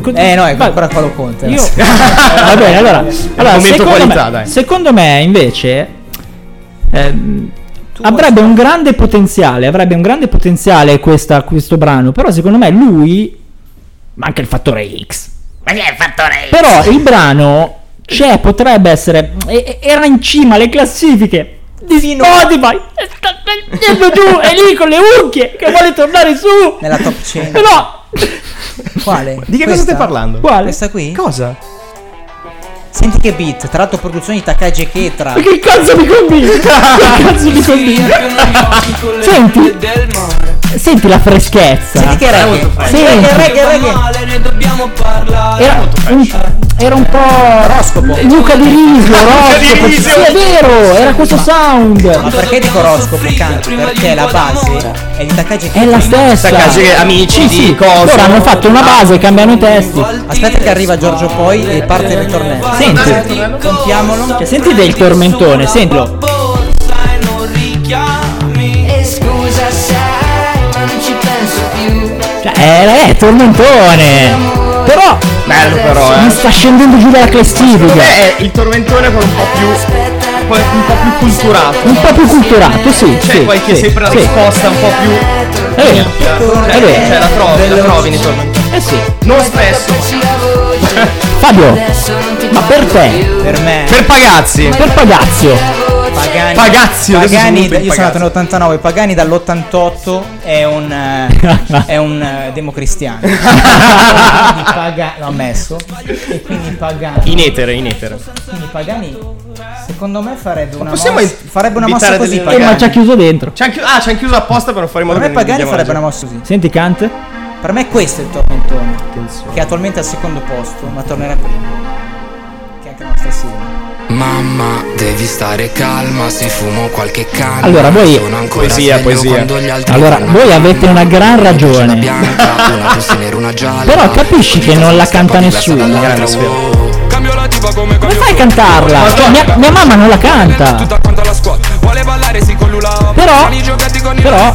co-
Eh no, è
va-
ancora quello conta.
Io va bene, allora, allora
momento
secondo,
qualità,
me,
dai.
secondo me invece ehm, avrebbe un grande potenziale, avrebbe un grande potenziale questa, questo brano, però secondo me lui manca il fattore X.
Ma che è il fattore?
Però il brano c'è, potrebbe essere, e- e- era in cima alle classifiche di Spotify, e sta scendendo giù, è lì con le unghie che vuole tornare su
Nella top cento.
però
Quale?
Di che cosa
Questa?
stai parlando?
quale?
Questa qui?
Cosa?
Senti che beat, tra l'altro produzioni di Takagi e Ketra.
Ma che cazzo mi convince? Che cazzo mi convince? Senti, senti la freschezza.
Senti che reggae.
Senti.
Reggae, reggae, reggae.
ne dobbiamo parlare.
Era un, era un po'
Oroscopo.
Luca di Risio, oroscopo.
Risio.
Sì, è vero, era questo sound.
Ma perché dico oroscopo canto? Perché la base è di Takagi e Ketra.
È la stessa.
Takagi e amici
Sì,
di
sì.
coso.
Loro hanno fatto una base, cambiano i testi.
Aspetta che arriva Giorgio poi e parte il ritornello.
Senti,
Contiamolo.
cioè, sentite il tormentone, sentilo.
E scusa sai, ma non ci penso più.
Cioè, è, è tormentone. Però
Bello però,
mi
eh.
sta scendendo giù dalla classifica.
Beh, è il tormentone con un po' più un po', un po' più culturato.
Un po' più culturato, sì.
C'è
sì,
qualche
sì,
sempre la
sì.
risposta un po' più
È vero.
cioè,
È vero.
cioè la trovi, la trovi nei tormentoni.
Eh sì.
Non spesso.
Fabio, ma per te,
Per me.
Per Pagazzi.
per Pagazio,
Pagani.
Pagazzi, adesso sono
Pagani,
venuto in
io sono nato
Pagazzi.
nell'ottantanove, Pagani dall'ottantotto è un eh, è un eh, democristiano. Quindi Paga- l'ho ammesso. E quindi Pagani.
In etere, in etere.
Quindi Pagani secondo me farebbe una
possiamo
mossa, farebbe una mossa
invitare
così.
delle-
eh, ma
Pagani.
ci ha chiuso dentro.
Ci han chiuso, ah, ci hanno chiuso apposta per non fare in modo
Per me
che
Pagani
non
farebbe una
vediamo
mossa così.
Senti Kant?
Per me questo è il tormentone, che è attualmente al secondo posto, ma tornerà prima. Che è anche la nostra sigla.
Mamma, devi stare calma, se fumo qualche canna.
Allora, voi-
sono ancora
Poesia,
sveglio
poesia.
quando gli altri
Allora,
fanno
voi avete una gran
una
ragione.
bianca, una tosse nera, una gialla.
Però capisci che non la canta nessuno.
Grande sfera.
Cambio la tipa come
Come fai a cantarla? Cioè, mia, mia mamma non la canta.
tutta quanta la squad. Vuole ballare si collula.
Però, però,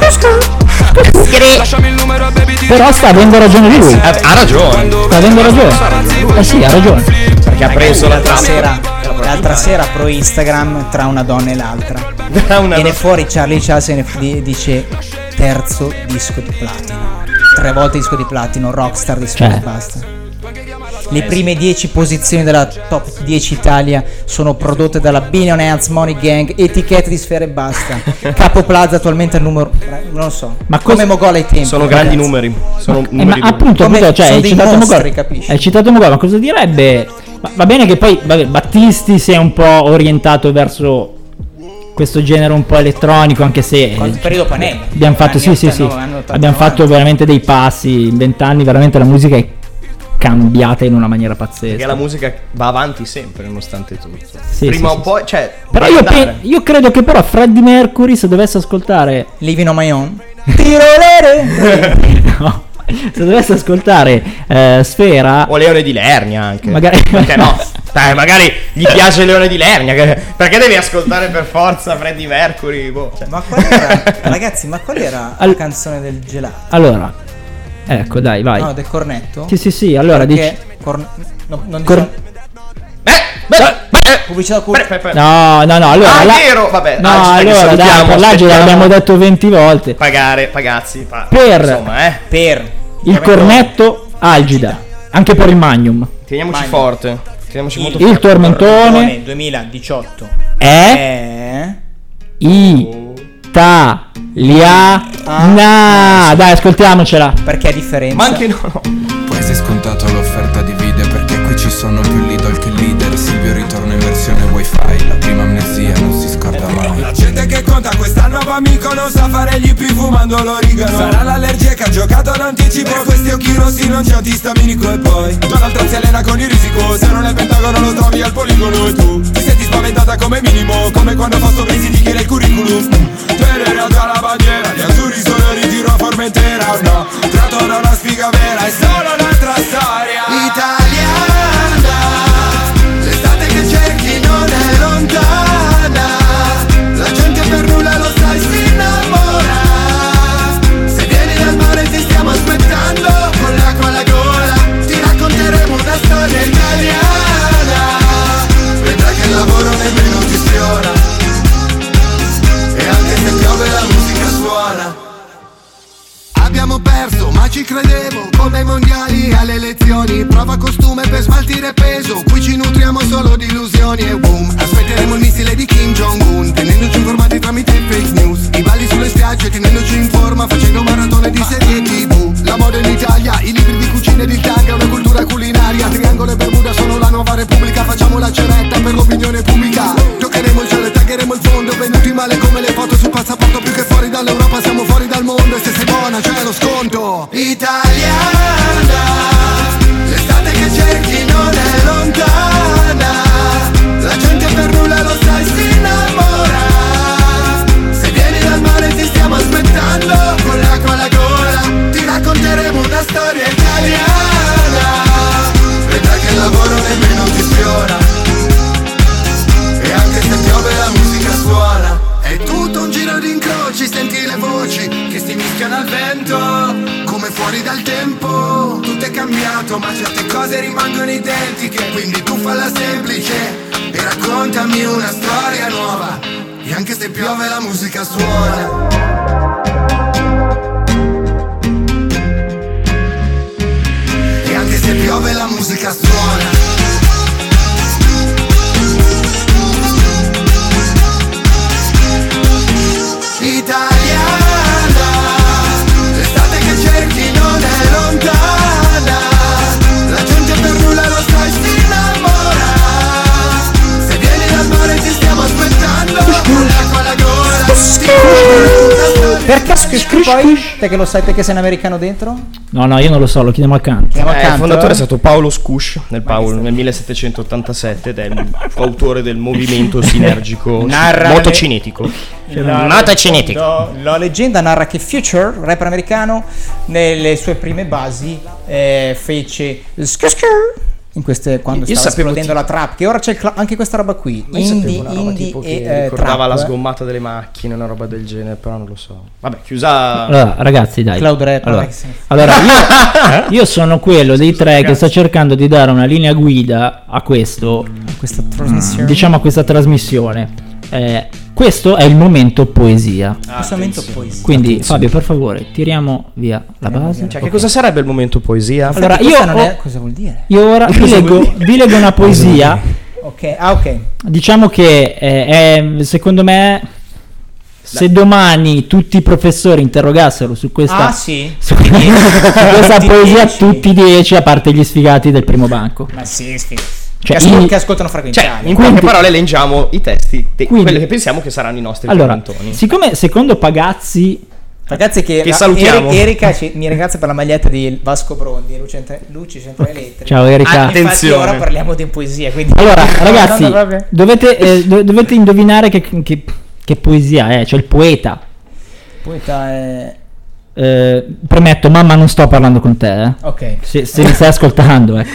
Lasciami il numero baby ti
però sta avendo ragione di lui.
Eh, ha ragione.
Sta avendo ragione. Eh sì, ha ragione.
Perché ha preso la
L'altra
trappola.
sera, l'altra sera pro Instagram tra una donna e l'altra.
Una
Viene fuori Charlie Charles e ne- dice terzo disco di platino. Tre volte disco di platino, rockstar di
Cioè.
Sfera, basta. Le prime dieci posizioni della top dieci Italia sono prodotte dalla Billionaires Money Gang, etichette di Sfera e basta. Capo Plaza attualmente è il numero, non lo so,
Ma
come
cos-
Mogol ai tempi.
Sono grandi
ragazzi.
numeri. Sono
Eh, ma
numeri
appunto,
Come-
appunto, cioè,
sono
hai
dei
citato
mostri,
Mogol.
capisci?
Hai citato Mogol, ma cosa direbbe? Ma va bene che poi vabbè, Battisti si è un po' orientato verso questo genere un po' elettronico, anche se
Quando- periodo Panelli.
abbiamo fatto,
Anni
sì, sì, sì,
ottantanove, anni ottanta,
abbiamo fatto
novanta.
veramente dei passi in vent'anni, veramente la musica è cambiata in una maniera pazzesca.
Perché la musica va avanti sempre nonostante tutto.
Sì,
Prima
sì,
o
sì,
poi, cioè,
Però
deve
io,
andare.
pe- io credo che però Freddie Mercury, se dovesse ascoltare
Living on my own. Tirolere.
no, se dovesse ascoltare eh, Sfera,
O Leone di Lernia anche.
Magari-
Perché no? Dai, magari gli piace Leone di Lernia. che- Perché devi ascoltare per forza Freddie Mercury? Boh, cioè.
Ma qual era, ragazzi, ma qual era
Al-
la canzone del gelato?
allora, ecco, dai, vai.
No, del cornetto?
Sì, sì, sì, allora dici.
Perché corn- no, non
Cor-
diciamo-
Beh, beh, beh, eh.
pubblicità
Beh,
cult-
beh, beh.
No, no, no, allora.
Ah, è
la-
vero, vabbè.
No,
Agita, che
allora, dai,
salutiamo,
per l'Agile
aspettiamo.
l'abbiamo detto venti volte.
Pagare, pagazzi. pa-
Per-
Insomma, eh.
per
Il cornetto Algida, anche per il Magnum.
Teniamoci
Magno.
forte. Teniamoci molto
Il
forte.
tormentone
duemiladiciotto
è
è
italiana. Dai, ascoltiamocela.
perché a differenza
Ma anche no, no.
Poi si è scontato l'offerta di video perché qui ci sono più Lidl che leader. Silvio ritorna in versione wifi, la prima amnesia non si scorda mai. La gente che conta questa nuova amico non sa fare gli ippi fumando l'origano. Sarà l'allergia che ha giocato d'anticipo. Per questi occhi rossi non c'è antistaminico. E poi Donald Trump si allena con il risico. Se non è Pentagono lo trovi al poligono. E tu ti senti spaventata come minimo, come quando ha fatto mesi di chiede il curriculum. Tu eri in realtà la bandiera, gli azzurri sono in ritiro a Formentera. No, tratto da una sfiga vera, è solo un'altra storia italiana. L'estate che cerchi non è lontana. La gente per nulla lo sai si innamora. Se vieni dal mare ti stiamo aspettando con l'acqua alla gola, tira
ma ci credevo, come ai mondiali alle elezioni. Prova costume per smaltire peso, qui ci nutriamo solo di illusioni e boom. Aspetteremo il missile di Kim Jong-un, tenendoci informati tramite fake news. I balli sulle spiagge, tenendoci in forma, facendo maratone di serie tivù. La moda in Italia, i libri di cucina ed il tanga, una cultura culinaria. Triangolo e Bermuda sono la nuova repubblica, facciamo la ceretta per l'opinione pubblica. Toccheremo il cielo e taggeremo il fondo, venuti male come le foto sul passaporto. Più che fuori dall'Europa siamo fuori dal mondo, e se sei buona c'è lo sconto. Italiana, l'estate che cerchi non è lontana, la gente per nulla lo sai si innamora. Se vieni dal mare ti stiamo aspettando, con l'acqua alla gola ti racconteremo una storia italiana. Vedrai che il lavoro nemmeno ti sfiora, e anche se piove la musica suona. È tutto un giro di incroci, senti le voci che si mischiano al vento, come fuori dal tempo. Tutto è cambiato ma certe cose rimangono identiche, quindi tu falla semplice e raccontami una storia nuova, e anche se piove la musica suona. E anche se piove la musica suona. Italiana, l'estate che cerchi non è lontana, la gente per nulla lo sai si innamora. Se vieni dal mare ti stiamo aspettando, con l'acqua alla gola.
Perché scush poi? Te che lo sai perché sei un americano dentro?
No, no, io non lo so, lo chiediamo accanto.
Eh, il fondatore è stato Paolo Scush nel, Paolo, nel millesettecentottantasette ed è il coautore del movimento sinergico
Narra
motocinetico.
La,
motocinetico.
La leggenda narra che Future, rapper americano, nelle sue prime basi eh, fece scush in queste, quando
io
stava
tipo,
esplodendo la trap, che ora c'è cl- anche questa roba qui, indie,
roba
indie
tipo
e
che
eh,
ricordava
trap.
la sgommata delle macchine, una roba del genere, però non lo so. Vabbè, chiusa.
Allora, ragazzi, dai.
Cloud rap,
allora,
non è che se ne
allora io, io sono quello dei tre che sta cercando di dare una linea guida a questo,
questa trasmissione.
diciamo a questa trasmissione. Eh, questo è il momento poesia.
Ah, questo momento poesia.
Quindi
attenzione.
Fabio, per favore, tiriamo via la base.
Cioè, che cosa sarebbe il momento poesia?
Allora,
Infatti,
io
non
ho-
è, cosa vuol dire?
Io ora vi leggo, vi leggo una poesia.
Ok, ah ok.
Diciamo che eh, è, secondo me, se domani tutti i professori interrogassero su questa,
Ah sì.
su, su questa
Tutti
poesia,
dieci.
tutti dieci, a parte gli sfigati del primo banco.
Ma sì, sì.
Cioè,
che, ascol-
i-
che ascoltano frequenziali.
Cioè, in
Quindi-
poche parole leggiamo i testi di
Quindi-
quelli che pensiamo che saranno i nostri
Allora,
commentoni.
siccome secondo Pagazzi,
Ragazzi che,
Che
la-
salutiamo.
Eri- Erika ci- mi ringrazia per la maglietta di Vasco Brondi, Luci Centra- Luci Centrale Elettrica.
ciao Erika.
Ah, infatti
Attenzione.
ora parliamo di poesia, quindi
Allora, ragazzi,
No, no, vabbè.
dovete, eh, do- dovete indovinare che, che- che poesia è, cioè il poeta.
Poeta è...
Eh, premetto, mamma, non sto parlando con te, eh.
Ok,
Se, se mi stai ascoltando, eh.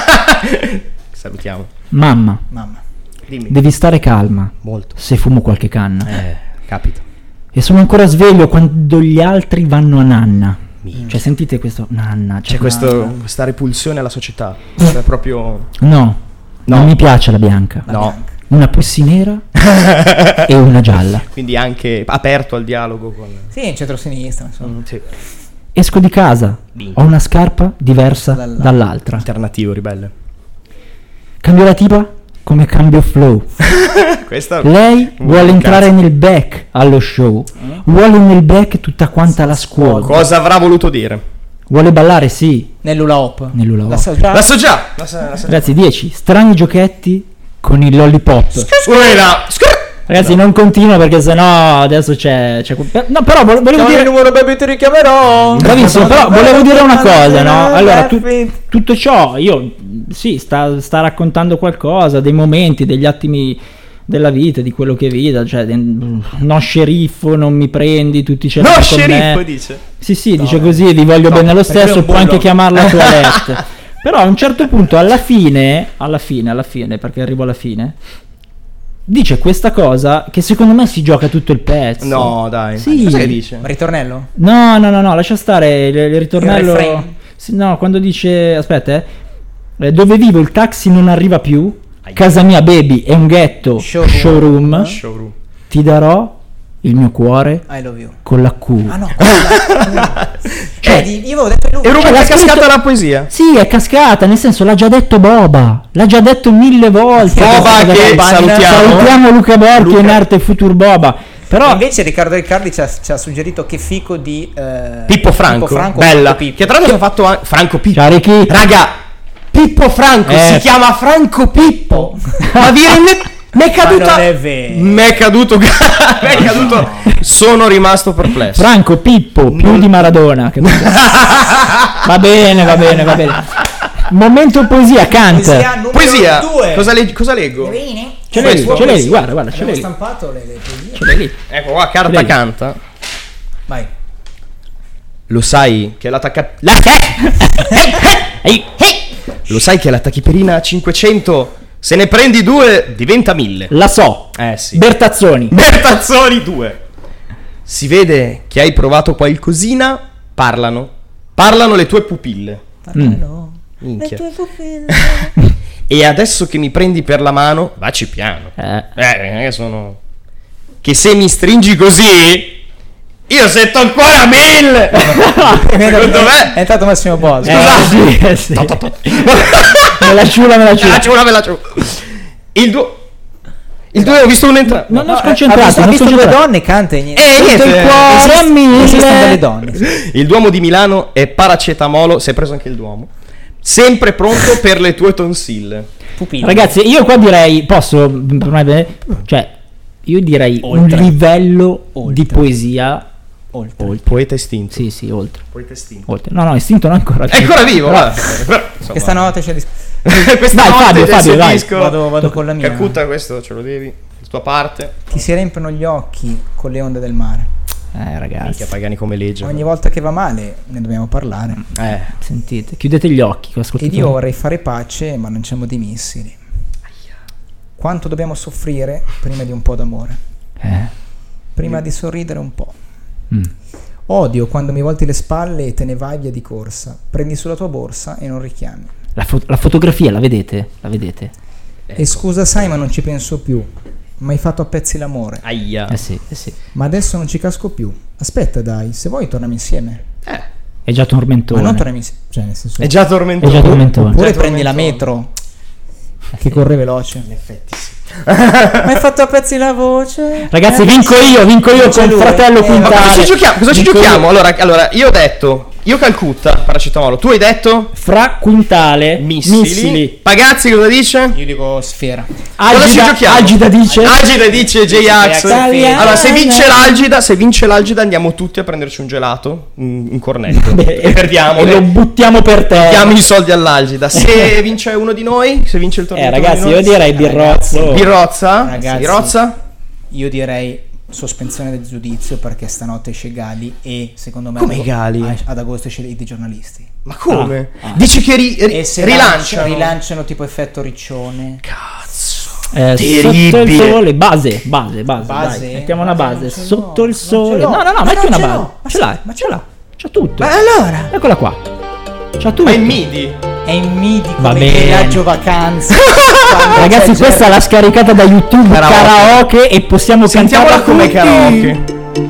Salutiamo.
Mamma,
mamma.
Dimmi.
devi stare calma
Molto.
se fumo qualche canna.
Eh, capita.
E sono ancora sveglio quando gli altri vanno a nanna. Cioè, sentite questo nanna.
C'è
Cioè,
questo, questa repulsione alla società. Cioè, proprio.
no,
No.
non mi piace la bianca.
No.
Una pussi nera e una gialla.
Quindi anche aperto al dialogo con.
Sì, in centro-sinistra, insomma.
Mm, sì.
Esco di casa,
Bingo.
ho una scarpa diversa
Dall'altra.
dall'altra.
Alternativo, ribelle.
Cambio la tipa come cambio flow.
Questa.
Lei
Mm,
vuole
cazzo.
entrare nel back allo show. Vuole nel back tutta quanta la scuola.
Cosa avrà voluto dire?
Vuole ballare, sì.
Nell'Ula Hop.
Nell'Ula Hop.
La so già.
La so già. La so, la so già.
Ragazzi, dieci strani giochetti con il lollipop.
Quella.
Ragazzi, non continuo perché sennò adesso c'è, c'è... No, però vo- volevo dire...
numero baby ti richiamerò.
Bravissimo, però volevo dire una cosa, no? Allora, tu- tutto ciò, io, sì, sta, sta raccontando qualcosa, dei momenti, degli attimi della vita, di quello che vita, cioè, de- no sceriffo, non mi prendi, tutti ce l'hanno
No,
con
sceriffo
me.
dice.
Sì, sì, dice così, vi voglio
No,
bene lo
perché è
stesso,
un
può anche
bullo.
chiamarla toilette. Però a un certo punto, alla fine, alla fine, alla fine, perché arrivo alla fine, dice questa cosa che secondo me si gioca tutto il pezzo.
No, dai.
Sì.
Cosa che dice?
Ritornello?
No, no, no, no, lascia stare il, il ritornello.
Il refrain.
Sì, no, quando dice, aspetta, eh, eh, dove vivo il taxi non arriva più.
Ai.
Casa mia baby è un ghetto
Showroom.
showroom.
Showroom.
Ti darò il mio cuore
I love you.
con la Q.
Ah no, quella-
Cioè,
Vedi, io avevo detto lui.
E Ruben
l'ha
è cascata
scritto-
la poesia.
Sì, è cascata, nel senso l'ha già detto Boba, l'ha già detto mille volte.
Boba,
Adesso
che
Boba-
salutiamo.
salutiamo Luca Borchi
Luca.
in arte Futur Boba. Però
Invece Riccardo Riccardi ci ha, ci ha suggerito che fico di eh,
Pippo Franco, bella.
Pippo.
Che tra l'altro ha fatto anche Franco Pippo.
ciao Ricky.
Raga, Pippo Franco
Eh.
si chiama Franco Pippo. Ma vi rendete? Mi è caduta.
Ma non è vero.
Mi è caduto. Mi è caduto. Sono rimasto perplesso.
Franco Pippo più di Maradona. capito? Va bene, va bene, va bene. Momento poesia, Kant.
Poesia numero
Poesia.
due.
Cosa, leg- cosa leggo?
Ce l'hai lì,
Questo?
ce l'hai lì, guarda, guarda, ce
Abbiamo
l'hai lì.
stampato le, le poesie.
Ce l'hai lì.
Ecco qua, carta
Vedi.
canta.
Vai.
Lo sai che la tacca...
La Ehi,
Lo sai che la tachiperina a cinquecento, se ne prendi due, diventa mille.
la so.
Eh sì.
Bertazzoni.
Bertazzoni due. Si vede che hai provato qualcosina, parlano. Parlano le tue pupille.
Mm.
Minchia. E adesso che mi prendi per la mano, vacci piano.
Eh.
Eh, non è che sono... Che se mi stringi così, io sento il cuore a mille. Secondo me...
È entrato Massimo Bosco.
Eh, sì, eh, sì. Me la ciula, me la
Me la
ciula.
ciula, me la ciula. Il duo... Il duo ho visto un'entrata.
Non ho
Ha
sconcentrato,
visto, ha
non
visto due
sconcentrato.
donne, canta e niente.
Eh, niente.
il cuore a mille.
Esistono delle donne.
Il Duomo di Milano è paracetamolo. Si è preso anche il Duomo. Sempre pronto per le tue tonsille.
Pupille.
Ragazzi, io qua direi, posso, per me, cioè, io direi
Oltre.
un livello
Oltre.
di poesia.
Oltre.
Poeta estinto.
Sì, sì, oltre.
Poeta estinto.
oltre. No, no, istinto non ancora.
È ancora vivo,
Però-
guarda. Però, insomma,
Che stanotte c'è di...
questa
Dai,
notte
Fabio,
del
Fabio,
suo
vai.
disco.
Vado, vado con la mia.
Calcutta, questo ce lo devi. La tua parte.
Ti si riempiono gli occhi con le onde del mare.
Eh,
Minchia,
ragazzi,
Pagani come legge.
Ogni volta che va male ne dobbiamo parlare.
Eh.
sentite, chiudete gli occhi.
Ed
ascoltate.
io vorrei fare pace, ma lanciamo dei missili. Quanto dobbiamo soffrire prima di un po' d'amore?
Eh.
Prima di sorridere un po'.
Mm.
Odio quando mi volti le spalle e te ne vai via di corsa. Prendi sulla tua borsa e non richiami.
La, fo- la fotografia, la vedete? La vedete?
E scusa sai ma non ci penso più. Ma hai fatto a pezzi l'amore.
Aia.
Eh sì, eh sì.
Ma adesso non ci casco più. Aspetta dai, se vuoi torniamo insieme.
È già tormentone.
Ma non torniamo insieme. Cioè nel senso...
È già
È
tormentoso.
già tormentone.
Oppure
Già
prendi la
tormentone.
metro. Che corre veloce.
In effetti sì.
Ma hai fatto a pezzi la voce.
Ragazzi,
Eh,
vinco io, vinco io
C'è
con
lui.
fratello
Eh,
Ma
Quintale.
cosa ci giochiamo? Cosa ci
Vinco
giochiamo?
io.
Allora, allora, io ho detto, io Calcutta, paracetamolo. Tu hai detto
Fra Quintale,
missili.
missili.
Pagazzi cosa dice?
Io dico sfera.
Cosa ci
Agida,
giochiamo?
Agida dice.
Agida dice J-Ax.
Italiana.
Allora, se vince l'Algida, se vince l'Algida andiamo tutti a prenderci un gelato, un, un cornetto.
Beh,
e perdiamo.
e lo buttiamo per te.
Diamo i soldi all'Algida. Se vince uno di noi, se vince il torneo.
Eh, ragazzi, io direi Birrozzo.
Birrozza?
Ragazzi.
Birrozza?
Io direi sospensione del giudizio perché stanotte esce Gali e secondo me
Come
ad,
Gali?
a- ad agosto esce i giornalisti.
Ma come?
Ah, ah.
Dici che ri- ri-
E se
rilanciano?
rilanciano tipo effetto riccione.
Cazzo.
Eh,
Terribile.
sotto il sole, base, base, base,
Base?
dai, mettiamo una
Ma
base,
non ce l'ho,
sotto il
non ce
sole.
l'ho.
No, no, no,
Ma
metti
non
una
ce
base.
l'ho. Ma
Ce
sì,
l'ha,
ma
ce l'ha. C'ha tutto.
Ma allora?
Eccola qua. C'ha tutto.
Ma il midi?
È in midi
Va
come
bene.
il viaggio vacanze. Quando
Ragazzi,
c'è
questa l'ha scaricata da YouTube
Karaoke.
karaoke, e possiamo
Sentiamola
cantarla
come
tutti.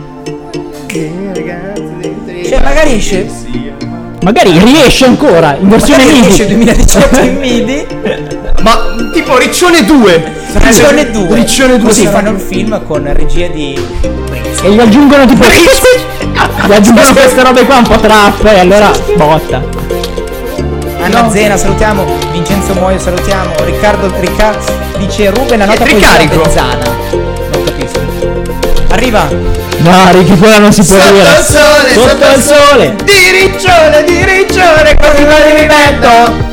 karaoke.
Cioè magari esce
Magari riesce ancora in versione
magari esce
MIDI.
duemiladiciotto in midi.
Ma tipo Riccione due.
Riccione due.
Riccione due.
Così fanno il film con regia di
E gli aggiungono tipo gli aggiungono queste robe qua un po' trap e allora botta.
Anna Zena, salutiamo. Vincenzo Moio, salutiamo. Riccardo Riccardo dice Ruben la nota
Ricarico.
poesia Zana. Non capisco. Arriva.
No, Ricky, quella non si può
Sotto
dire.
il sole,
Sotto il sole.
Di Riccione, di Riccione, così mi rimetto.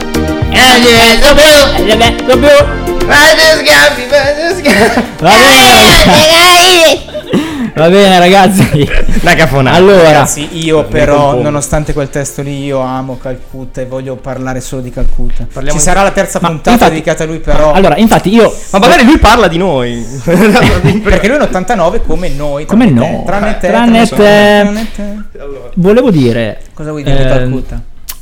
Vai di scampi, vai di scampi.
Va bene. Va bene, ragazzi.
Una cafonata.
Allora,
Ragazzi, io però,
compongo.
nonostante quel testo lì, io amo Calcutta e voglio parlare solo di Calcutta.
Parliamo
Ci
di-
sarà la terza
Ma
puntata
infatti-
dedicata a lui, però.
allora, infatti io
Ma magari lui parla di noi.
Perché lui è un ottantanove come noi.
Come
tranne
no.
te, Tranne te.
Tranne
tranne
te.
tranne te.
volevo dire
Cosa vuoi dire di
ehm,
Calcutta?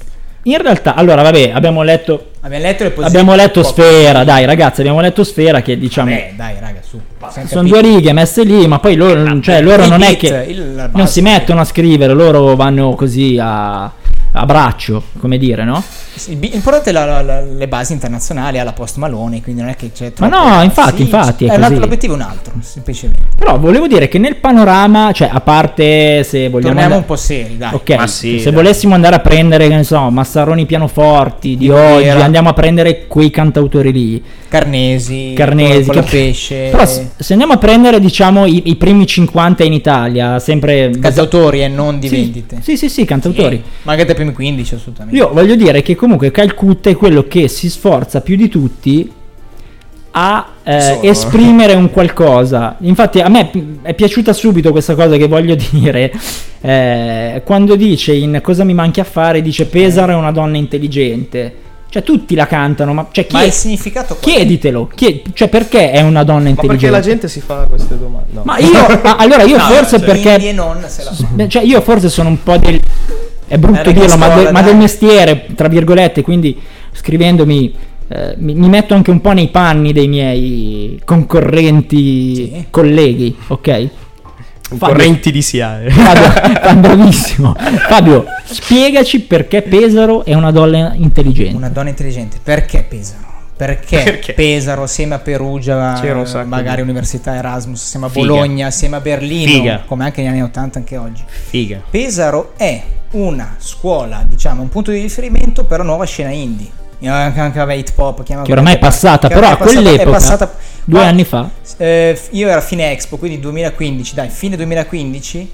in realtà, allora vabbè, abbiamo letto
Abbiamo letto le posizioni.
abbiamo letto
poco-
Sfera, dai ragazzi, abbiamo letto Sfera che diciamo
Vabbè, dai, raga, su. Siamo
sono
capiti.
due righe messe lì, ma poi loro, cioè, loro
il
non è
beat,
che
il- la
non
base.
si mettono a scrivere, loro vanno così a, a braccio, come dire, no?
Il bi- L'importante è la- la- la- le basi internazionali alla Post Malone, quindi non è che c'è
Ma
troppo-
no, infatti,
Sì,
infatti, è
un altro-
così.
l'obiettivo è un altro, semplicemente.
Però volevo dire che nel panorama, cioè a parte se vogliamo
Torniamo
andare-
un po' seri, dai.
ok,
Ma sì,
se
dai.
volessimo andare a prendere, che ne so, Massaroni pianoforti di
Di
oggi,
Vera.
andiamo a prendere quei cantautori lì,
Carnesi,
Carnesi,
con la
che-
pesce.
però se se andiamo a prendere diciamo i, i primi cinquanta in Italia, sempre
Cantautori e non di
Sì,
vendite.
Sì, sì, sì, cantautori.
Sì, ma anche dai primi quindici, assolutamente.
Io voglio dire che comunque Calcutta è quello che si sforza più di tutti a eh,
Sono.
esprimere un qualcosa. Infatti a me pi- è piaciuta subito questa cosa che voglio dire, eh, quando dice in Cosa mi manchi a fare, dice Pesaro è una donna intelligente. Cioè tutti la cantano, ma, cioè,
Ma
chied-
il significato qual è?
chieditelo, chied- cioè perché è una donna
Ma perché
intelligente?
la gente si fa queste domande? No.
Ma io, ah, allora io
No,
forse
cioè,
perché
Indie e non se la fa.
Beh, cioè io forse sono un po' del è brutto
Eh,
dirlo, ma,
scuola,
de- ma
dai.
del mestiere, tra virgolette, quindi scrivendomi eh, mi, mi metto anche un po' nei panni dei miei concorrenti
Sì.
colleghi, ok?
Correnti di Siare.
Fabio, fa- bravissimo. Fabio, spiegaci perché Pesaro è una donna intelligente.
Una donna intelligente. Perché Pesaro? Perché,
Perché?
Pesaro, assieme a Perugia,
C'era un sacco
magari
di-
Università Erasmus, assieme a
Figa.
Bologna, assieme a Berlino,
Figa.
come anche negli anni ottanta, anche oggi.
Figa.
Pesaro è una scuola, diciamo, un punto di riferimento per la nuova scena indie. Anche, anche vabbè, hip hop, chiama
Che ormai è passata,
che
però
ormai
a
è passata-
quell'epoca,
è passata-
due
ma-
anni fa.
eh, io ero a fine Expo, quindi duemilaquindici, dai, fine duemilaquindici,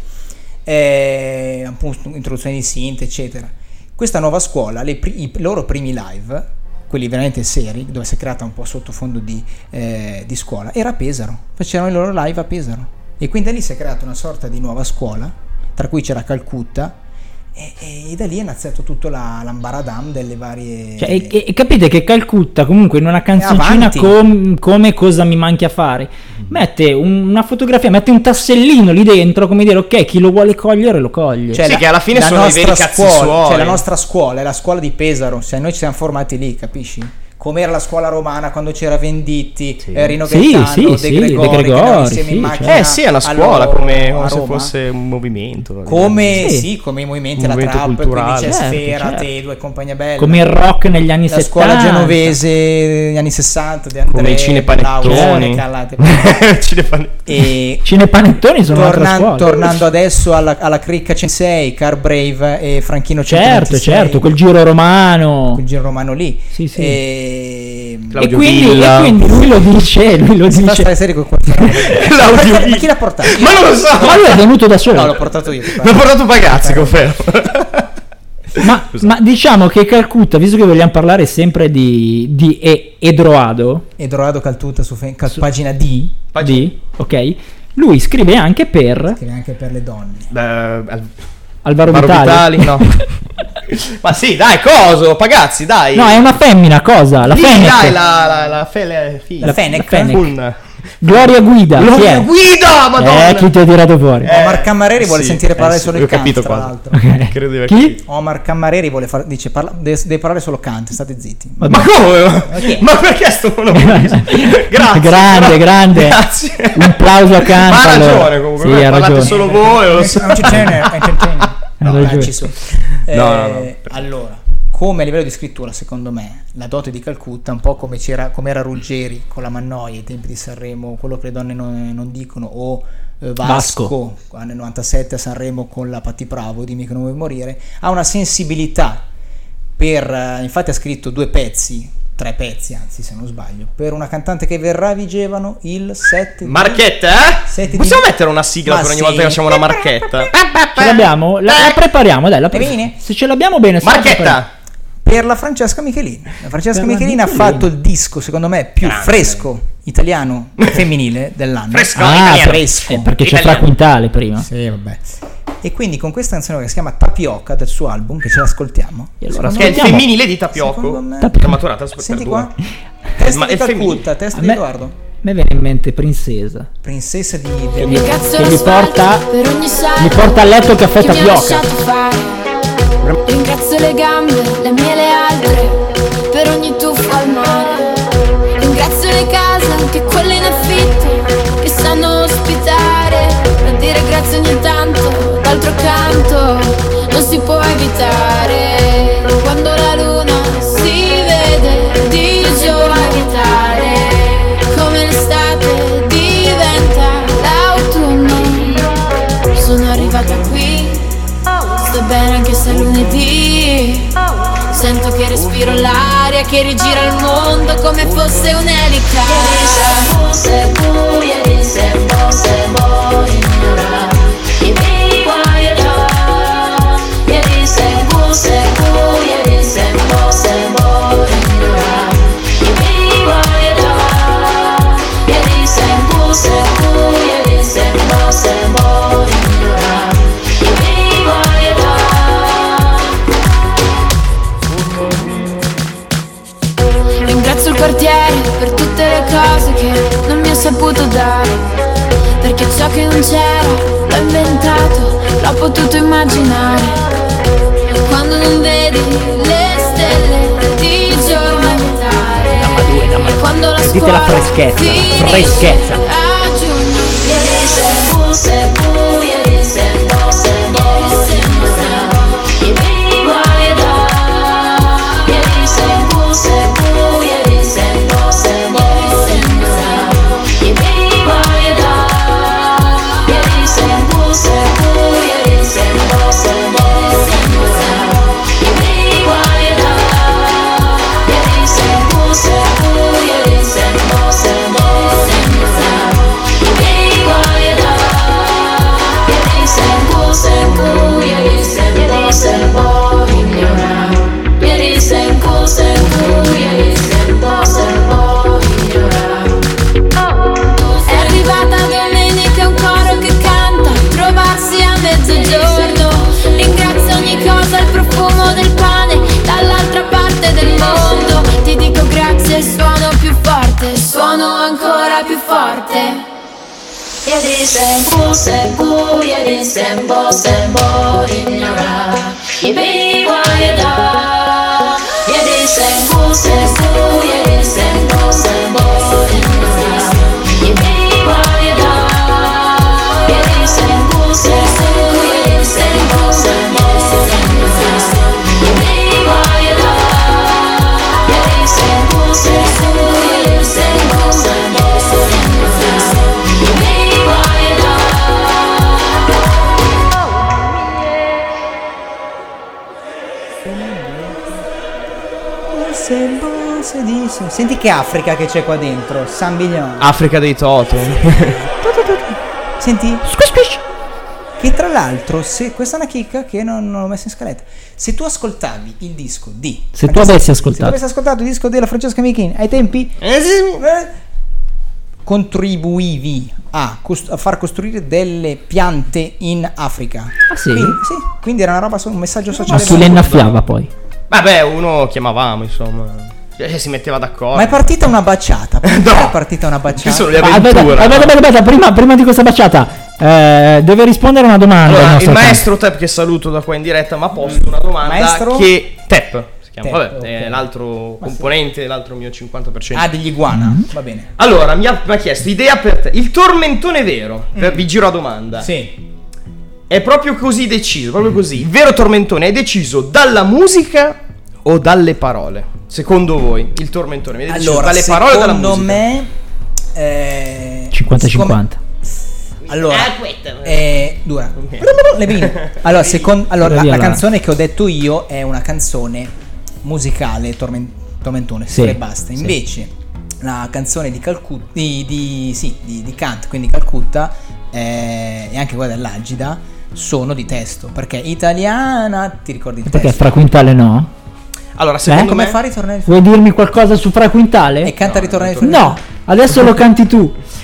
eh, appunto introduzione di synth, eccetera. Questa nuova scuola, le pri- i loro primi live, quelli veramente seri, dove si è creata un po' sottofondo di, eh, di scuola, era a Pesaro, facevano i loro live a Pesaro. E quindi da lì si è creata una sorta di nuova scuola, tra cui c'era Calcutta, e, e da lì è iniziato tutto la, l'ambaradam delle varie...
Cioè, e, e- e capite che Calcutta comunque in una canzoncina
avanti.
com- come Cosa mi manchi a fare mette un- una fotografia, mette un tassellino lì dentro, come dire ok, chi lo vuole cogliere lo coglie.
Cioè,
Sì,
la-
che alla fine
la
sono i
nostra
veri cazzi
scuola,
suoi.
cioè la nostra scuola è la scuola di Pesaro, cioè noi ci siamo formati lì, capisci? Come era la scuola romana quando c'era Venditti, eh, Rino
Sì,
Gaetano,
sì,
De
sì,
Gregori,
De
che andavano
Gregori,
insieme
sì,
in
certo.
macchina
Eh sì, è una
a
scuola,
loro-
come,
a
come se
Roma.
fosse un movimento.
come,
Sì.
sì, come i movimenti,
Un
la
movimento
trap,
culturale.
quindi c'è
Certo,
Sfera,
certo.
Tedo e compagnia bella.
Come il rock negli anni
la
settanta,
scuola genovese degli anni sessanta di Andrea,
Come i cinepanettoni.
Callate.
Cinepanettoni.
E
Cinepanettoni sono un'altra
Tornan-
scuola.
tornando adesso alla, alla cricca centosei, Car Brave e Franchino
Certo,
centoventisei,
certo, quel giro romano.
quel giro romano lì.
Sì, sì.
E...
E
Claudio
quindi,
Villa.
e quindi lui lo dice, lui lo
Si fa
dice.
stare serio con questo.
Claudio
Ma
Villa.
chi l'ha portato?
Ma non lo so.
Ma lui è venuto da solo.
No, l'ho portato io.
L'ho portato Pagazzi, confermo.
Ma, ma diciamo che Calcutta, visto che vogliamo parlare sempre di, di e- Edroado,
Edoardo Caltutta su, fe- cal- pagina D,
di, ok, lui scrive anche per
che neanche per le donne.
Beh, al-
Alvaro
Maro
Vitali.
Vitali, no. Ma sì, dai, coso, Pagazzi, dai.
No, è una femmina, cosa? La
Lì,
Fennec.
dai, la, la, la fele figlia.
La Fennec.
la Fennec.
Fun.
Gloria Guida. chi
Gloria
è?
Guida, madonna.
Eh, chi ti ha tirato fuori?
Eh,
Omar Cammareri vuole
sì,
sentire parlare
eh sì,
solo
ho
il Kant,
capito
tra
quasi.
l'altro.
Ok.
Credo di aver
Chi?
capito.
Omar Cammareri vuole far, dice parla, deve, deve parlare solo Kant, state zitti.
Ma come?
Ok.
Ma perché sto Grazie.
Grande, grande.
Grazie.
Un applauso a Kant.
Ma ha
allora.
ragione comunque.
Sì, ha
parlate
ragione.
solo voi, lo so.
Entertainer, entertainer.
Ha
No,
ragione.
dai, ci sono. Eh,
No, no, no.
Allora, come a livello di scrittura, secondo me, la dote di Calcutta, un po' come c'era, come era Ruggeri con la Mannoia ai tempi di Sanremo, quello che le donne non, non dicono, o eh, Vasco, nel novantasette a Sanremo con la Patti Bravo, Dimmi che non vuoi morire, ha una sensibilità per, eh, infatti ha scritto due pezzi, tre pezzi anzi se non sbaglio, per una cantante che verrà a Vigevano il sette di-
Marchetta, eh?
sette
Possiamo
di-
mettere una sigla
Ma
per ogni
sì.
volta che facciamo una marchetta?
Ce l'abbiamo? La, la prepariamo, dai. La pre-
E vieni?
Se ce l'abbiamo bene. se la prepariamo.
Marchetta!
per la Francesca Michelin. La Francesca
Per la
Michelin ha
Michelin.
fatto il disco, secondo me, più
Grande.
fresco italiano femminile dell'anno.
Fresco,
Ah,
italiano.
fresco.
eh, perché c'è
Italiano.
Fra Quintale prima.
Sì, vabbè. E quindi con questa canzone che si chiama Tapioca del suo album, che ce l'ascoltiamo.
E allora
Che è il
ascoltiamo.
femminile di Tapioco.
Secondo me-
Che è maturata per
Senti
due.
qua. Testa
Ma
di
è femminile.
Calcutta, testa
A
di
me-
Edoardo.
A me viene in mente Princesa.
Princessa di...
Che
di-
mi,
Cazzo
che
lo
mi
sbaglio
porta
per ogni salto
mi porta a letto caffè
che mi ha
tapioca.
lasciato fare. Ringrazio le gambe, le mie e le altre, per ogni tuffo al mare. Ringrazio le case, anche quelle in affitto, che sanno ospitare. A dire grazie ogni tanto, d'altro canto, non si può evitare. Quando la luna si vede di giorno evitare, come l'estate diventa l'autunno. Sono arrivata qui, sto bene anche se è lunedì. Sento che respiro l'aria che rigira il mondo come fosse un'elica. Se buia di se se vuoi ignorare i miei guai e già. E di se se buia di se se vuoi ignorare i miei guai e già. E di se se buia di se se vuoi ignorare i miei guai e già. Ringrazio il quartiere per tutte le cose che non mi ha saputo dare, perché ciò che non c'era l'ho inventato, l'ho potuto immaginare. Quando non vedi le stelle di giorno evitare,
Damma due, damma due.
quando la
Sentite
scuola
la freschezza, la
finisce
freschezza.
a giugno. Ieri se fu, se fu, ieri se fu, se fu, se fu, i miei guai e da. Ieri se fu, se fu, ieri se fu, se fu, se fu, i miei guai e da. Ieri se fu, se fu, ieri se fu, se fu, se fu, i miei guai e da. Ieri se fu, se fu, ieri se fu, se fu, se fu, i miei guai e da. Ieri se fu, se fu, ieri se fu, se fu, ignorare. Ieri se fu, se fu, ieri se fu, se fu, ignorare. È arrivata domenica, un coro che canta, trovarsi a mezzogiorno. Ringrazio ogni cosa, il profumo del pane dall'altra parte del mondo. Ti dico grazie, suono più forte, suono ancora più forte. Ieri se fu, se fu, ieri se fu, se fu, ignorare i miei guai e da. Ieri se fu, se fu, ieri se fu, se fu, ignorare i miei guai e da. Ieri se fu, se fu, ieri se fu, se fu, ignorare i miei guai e da. Ieri se fu, se fu, ieri se fu, se fu, ignorare i miei guai e da.
Senti che Africa che c'è qua dentro, San Biglione.
Africa dei totem.
Senti? Che tra l'altro, se questa è una chicca che non, non l'ho messa in scaletta. Se tu ascoltavi il disco di
Se tu avessi
Se tu
ascoltato.
avessi ascoltato il disco della Francesca Michin ai tempi, eh, contribuivi a, cust- a far costruire delle piante in Africa.
Ah, sì?
Quindi, sì, quindi era una roba, un messaggio
Ma
sociale.
chi le innaffiava poi?
Vabbè, uno chiamavamo, insomma. Cioè, si metteva d'accordo.
Ma è partita una baciata. Perché
No.
è partita una baciata?
Ci sono le
Ma aspetta,
avventure.
aspetta, aspetta, aspetta, prima, prima di questa baciata, eh, deve rispondere a una domanda. il
Allora,
nostro
il
fan.
maestro Tep, che saluto da qua in diretta, mi ha posto una domanda
Maestro?
che Tep si chiama,
Tep,
vabbè,
ok.
è l'altro componente, l'altro mio cinquanta per cento.
Ah, degli iguana.
Mm-hmm.
Va bene.
Allora, mi ha, mi ha chiesto idea per te. Il tormentone vero, per- vi giro a domanda.
Sì.
È proprio così deciso, proprio così. Il vero tormentone è deciso dalla musica o dalle parole? Secondo voi, il tormentone viene deciso
Allora,
dalle parole o dalla
secondo
musica?
me eh,
cinquanta
siccome-
cinquanta.
Allora,
Ah, questa.
eh, dura.
Ok.
Le vine. Allora, secon- allora la,
Via
la
là.
canzone che ho detto io è una canzone musicale, tormen- tormentone,
Sì,
e basta.
sì.
Invece la canzone di Calcutta, di, di, sì, di, di Kant, quindi Calcutta, eh, e anche quella dell'Agida, sono di testo. Perché italiana, ti ricordi il
Perché
testo?
Fra Quintale no?
Allora, secondo
Come
me
fa a ritornare il
Vuoi dirmi qualcosa su Fra Quintale?
E canta
No,
ritornare il
No, adesso lo canti tu.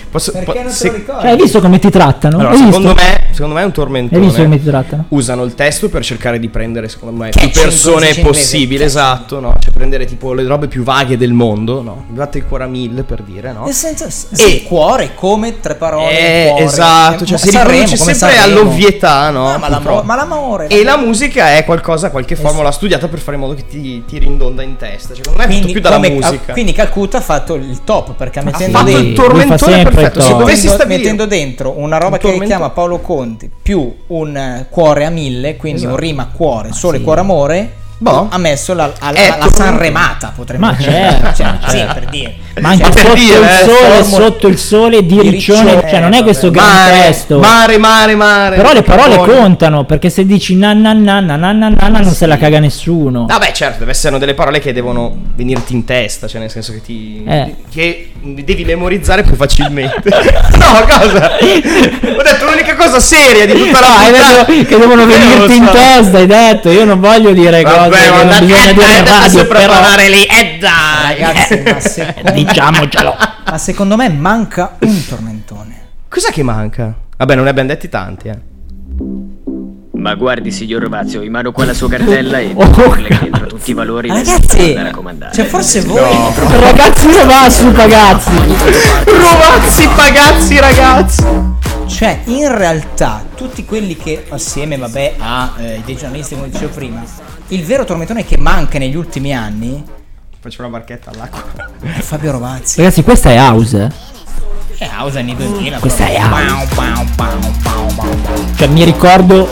Posso,
Perché
po-
non
se-
te lo ricordi?
Cioè, hai visto come ti trattano?
Allora,
hai
secondo
visto?
me, secondo me è un tormentone.
Hai visto come ti trattano?
Usano il testo per cercare di prendere, secondo me,
Catching,
più persone
come si dice in
possibile,
inglese,
esatto, no? Cioè prendere tipo le robe più vaghe del mondo, no? Batte il cuore a mille, per dire, no?
Nel senso, sì, cuore come tre parole.
Eh,
cuore.
esatto, cioè
Eh,
si
Sanremo,
riproduce
come
sempre
Sanremo.
all'ovvietà, no?
Ah, ma, l'amo-
Purtroppo.
ma l'amore.
E la musica è qualcosa, qualche formula studiata per fare in modo che ti, ti rindonda in testa. Cioè, secondo me è tutto
Quindi,
più dalla
come-
musica.
ah, quindi Calcutta ha fatto il top perché mettendo
fatto
dentro,
il tormentone
lui fa sempre
perfetto.
il
Se
top.
dovessi
mettendo,
stabilire
mettendo dentro una roba
un
che
tormentone.
chiama Paolo Conti più un eh, cuore a mille, quindi
Esatto.
un rima cuore, sole
sì.
cuore amore.
Boh.
Ha messo la, la,
È
la, la
tormentone.
Sanremata, potremmo
Ma
dire.
certo,
Cioè,
certo.
sì, per dire.
Ma anche
per
sotto
dire,
il
eh,
sole,
formula-
sotto il sole di
di
Riccione,
Riccione,
cioè non è questo
vabbè.
gran
Mare,
testo.
mare, mare, mare.
Però le parole
Buoni.
contano, perché se dici na na na na na na na na non se la caga nessuno.
Vabbè, certo, deve essere delle parole che devono venirti in testa, cioè nel senso che ti
Eh.
che devi memorizzare più facilmente. No, cosa? Ho detto l'unica cosa seria di tutta la
No, hai
puntata.
detto che devono
Eh,
venirti in
lo so.
testa, hai detto, io non voglio dire cose
Vabbè,
che
ma
non
dai,
bisogna
eh,
dire
dai,
in
dai,
radio,
sempre
però
parlare lì, eh dai.
Ragazzi, ma secondo,
diciamocelo.
ma secondo me manca un tormentone.
Cos'è che manca? Vabbè, non ne abbiamo detti tanti, eh.
Ma guardi, signor Rovazio, in mano qua la sua cartella e
Oh,
clic dentro tutti i valori da
Ragazzi,
raccomandare.
cioè forse voi
Ragazzi, ragazzi, ragazzi.
Rovazzi, pagazzi, ragazzi.
Cioè, in realtà, tutti quelli che assieme, vabbè, a eh, dei giornalisti, come dicevo prima, il vero tormentone che manca negli ultimi anni
Faccio una barchetta all'acqua.
è Fabio Rovazzi.
Ragazzi, questa è house.
È House anni duemila.
Questa è
proprio.
House.
Pau, pau, pau, pau, pau, pau.
Cioè, mi ricordo.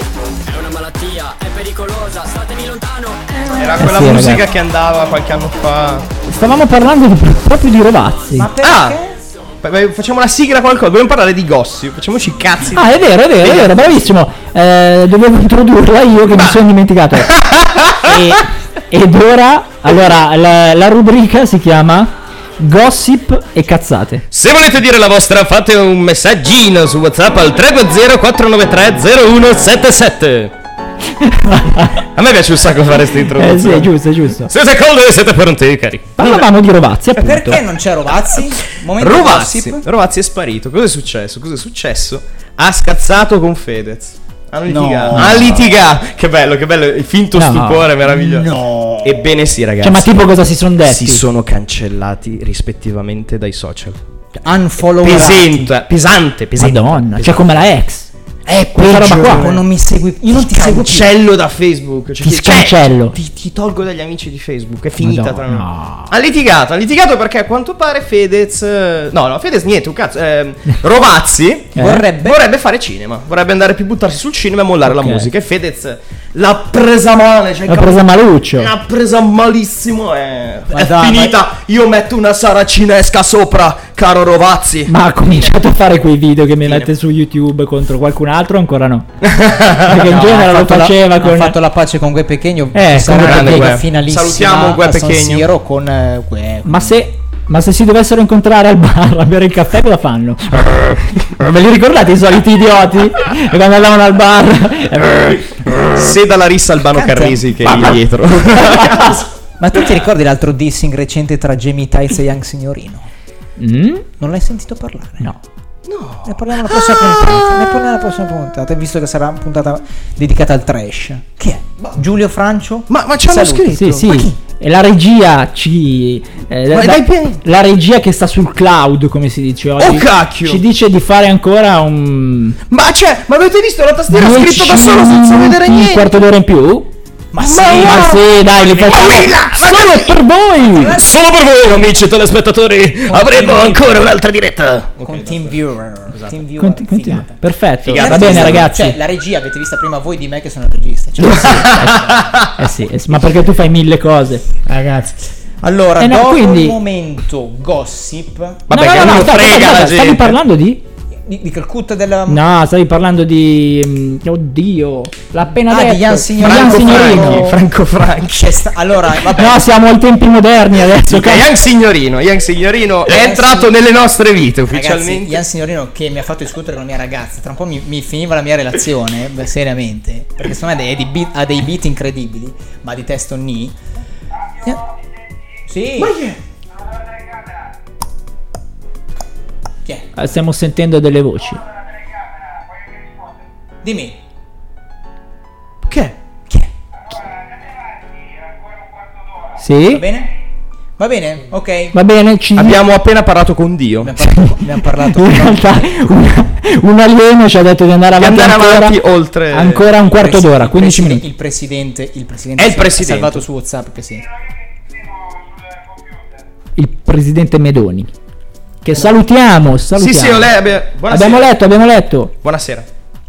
Era quella
sì,
musica
ragazzi.
che andava qualche anno fa.
Stavamo parlando di- proprio di Rovazzi.
Ma perché?
Ah! Beh, beh, facciamo la sigla qualcosa. Dobbiamo parlare di gossip. Facciamoci i cazzi.
Ah, è vero, è vero, è vero, bravissimo. Eh, dovevo introdurla io che mi sono dimenticato. e, ed ora, allora, la, la rubrica si chiama Gossip e cazzate.
Se volete dire la vostra, fate un messaggino su WhatsApp al tre due zero quattro nove tre zero uno sette sette. A me piace un sacco fare questa
Eh
introduzione.
sì, è giusto, è giusto.
Siete condi e siete pronti, cari?
Parlavamo di Rovazzi, appunto.
Perché non c'è Rovazzi? Momento
Rovazzi.
gossip.
Rovazzi è sparito. Cosa è successo? Cosa è successo? Ha scazzato con Fedez. Hanno litigato.
No.
Ha litigato. Che bello, che bello. Il finto
No.
stupore meraviglioso.
No.
Ebbene sì, ragazzi.
Cioè, ma tipo cosa si sono detti?
si sono cancellati rispettivamente dai social.
Unfollowerati.
Pesante, pesante, pesante.
Madonna, cioè come la ex.
È
quella roba qua.
O non mi segui. Io non ti seguo più.
Cancello da Facebook. Cioè,
Ti
cioè,
scancello.
Ti, ti tolgo dagli amici di Facebook. È finita tra
Madonna.
noi. Ha litigato, ha litigato perché a quanto pare Fedez. eh, No, no, Fedez niente, un cazzo. eh, Rovazzi
Eh?
Vorrebbe.
vorrebbe fare cinema. Vorrebbe andare più buttarsi sul cinema e mollare
Ok.
la musica. E Fedez l'ha presa male. Cioè,
L'ha presa maluccio.
L'ha presa malissimo. E
Ma
è
dai,
finita. Io metto una saracinesca sopra, caro Rovazzi.
Ma ha cominciato a fare quei video che mi
Fine.
mette su YouTube contro qualcun altro? Ancora no. Perché in
No,
genere
ha
lo
fatto la-
faceva
ha
con.
fatto la pace con Gue Pechegno.
Eh,
Ci sarà
con
una
Gue
lega
Pechegno.
finalissima
Salutiamo Gue
a San
Pechegno.
Siro con eh, Gue.
Ma se. Ma se si dovessero incontrare al bar a bere il caffè, cosa fanno? Ve li ricordate i soliti idioti? E quando andavano al bar.
Se da Larissa Albano
Canta.
Carrisi che è lì dietro.
Ma tu ti ricordi l'altro dissing recente tra Jamie Tights e Young Signorino?
Mm?
Non l'hai sentito parlare?
No.
Ne parliamo alla prossima puntata. Ne parliamo alla prossima puntata. Visto che sarà una puntata dedicata al trash. Chi è? Giulio Francio?
Ma, ma ci hanno
Saluti.
scritto.
Sì,
Ma
sì.
chi?
E la regia ci. eh,
Ma
da-
dai piedi.
la regia che sta sul cloud, come si dice oggi.
Oh, cacchio.
Ci dice di fare ancora un.
Ma c'è, ma avete visto la tastiera
dieci
scritta da solo senza vedere
minuti,
niente?
Un quarto d'ora in più?
Ma
Ma
sì,
no!
Ma sì, dai, li facciamo.
Mila,
Solo per voi!
Solo per voi, amici telespettatori, avremo ancora un'altra diretta.
con Team Viewer. Team Viewer.
Conti- continua.
figata.
Perfetto.
Figata.
Va bene, ragazzi.
Cioè, la regia avete vista prima voi di me che sono il regista. Cioè,
Eh sì, eh sì, ma perché tu fai mille cose.
ragazzi. Allora,
Eh no,
dopo
quindi-
il momento gossip
Vabbè,
no,
che
no, no,
non
aspetta,
frega
aspetta,
la
stavi
gente.
parlando di?
di, di Calcutta della
No, stavi parlando di. mm, Oddio, l'ha appena
Ah,
detto.
di Ian Signorino.
Ian
Franco
Signorino.
Franchi, Franco Franchi.
C'è sta- allora, vabbè.
No, siamo ai tempi moderni adesso.
Ok, Young Signorino, Young Signorino è
Young
entrato
Sign-
nelle nostre vite
Ragazzi,
ufficialmente.
Ian Signorino che mi ha fatto discutere con la mia ragazza, tra un po' mi, mi finiva la mia relazione, beh, seriamente, perché secondo me è di beat- ha dei beat incredibili, ma di testo ni. Eh, Sì.
Ma chi è?
Chi è?
Eh, Stiamo sentendo delle voci.
Dimmi.
Che?
Sì?
Va bene? Va bene? Ok.
Va bene, ci...
Abbiamo appena parlato con Dio.
Abbiamo parlato, abbiamo parlato
In realtà un, un alieno ci ha detto di andare
Di
avanti,
andare
ancora,
avanti oltre-
ancora un quarto
Presi-
d'ora,
il
quindici
preside-
minuti.
Il presidente, il presidente
È il
si
presidente.
salvato su WhatsApp, presidente.
Il presidente Medoni. Che salutiamo, salutiamo.
Sì, sì, ho le- abbi- buonasera.
Abbiamo letto, abbiamo letto.
Buonasera.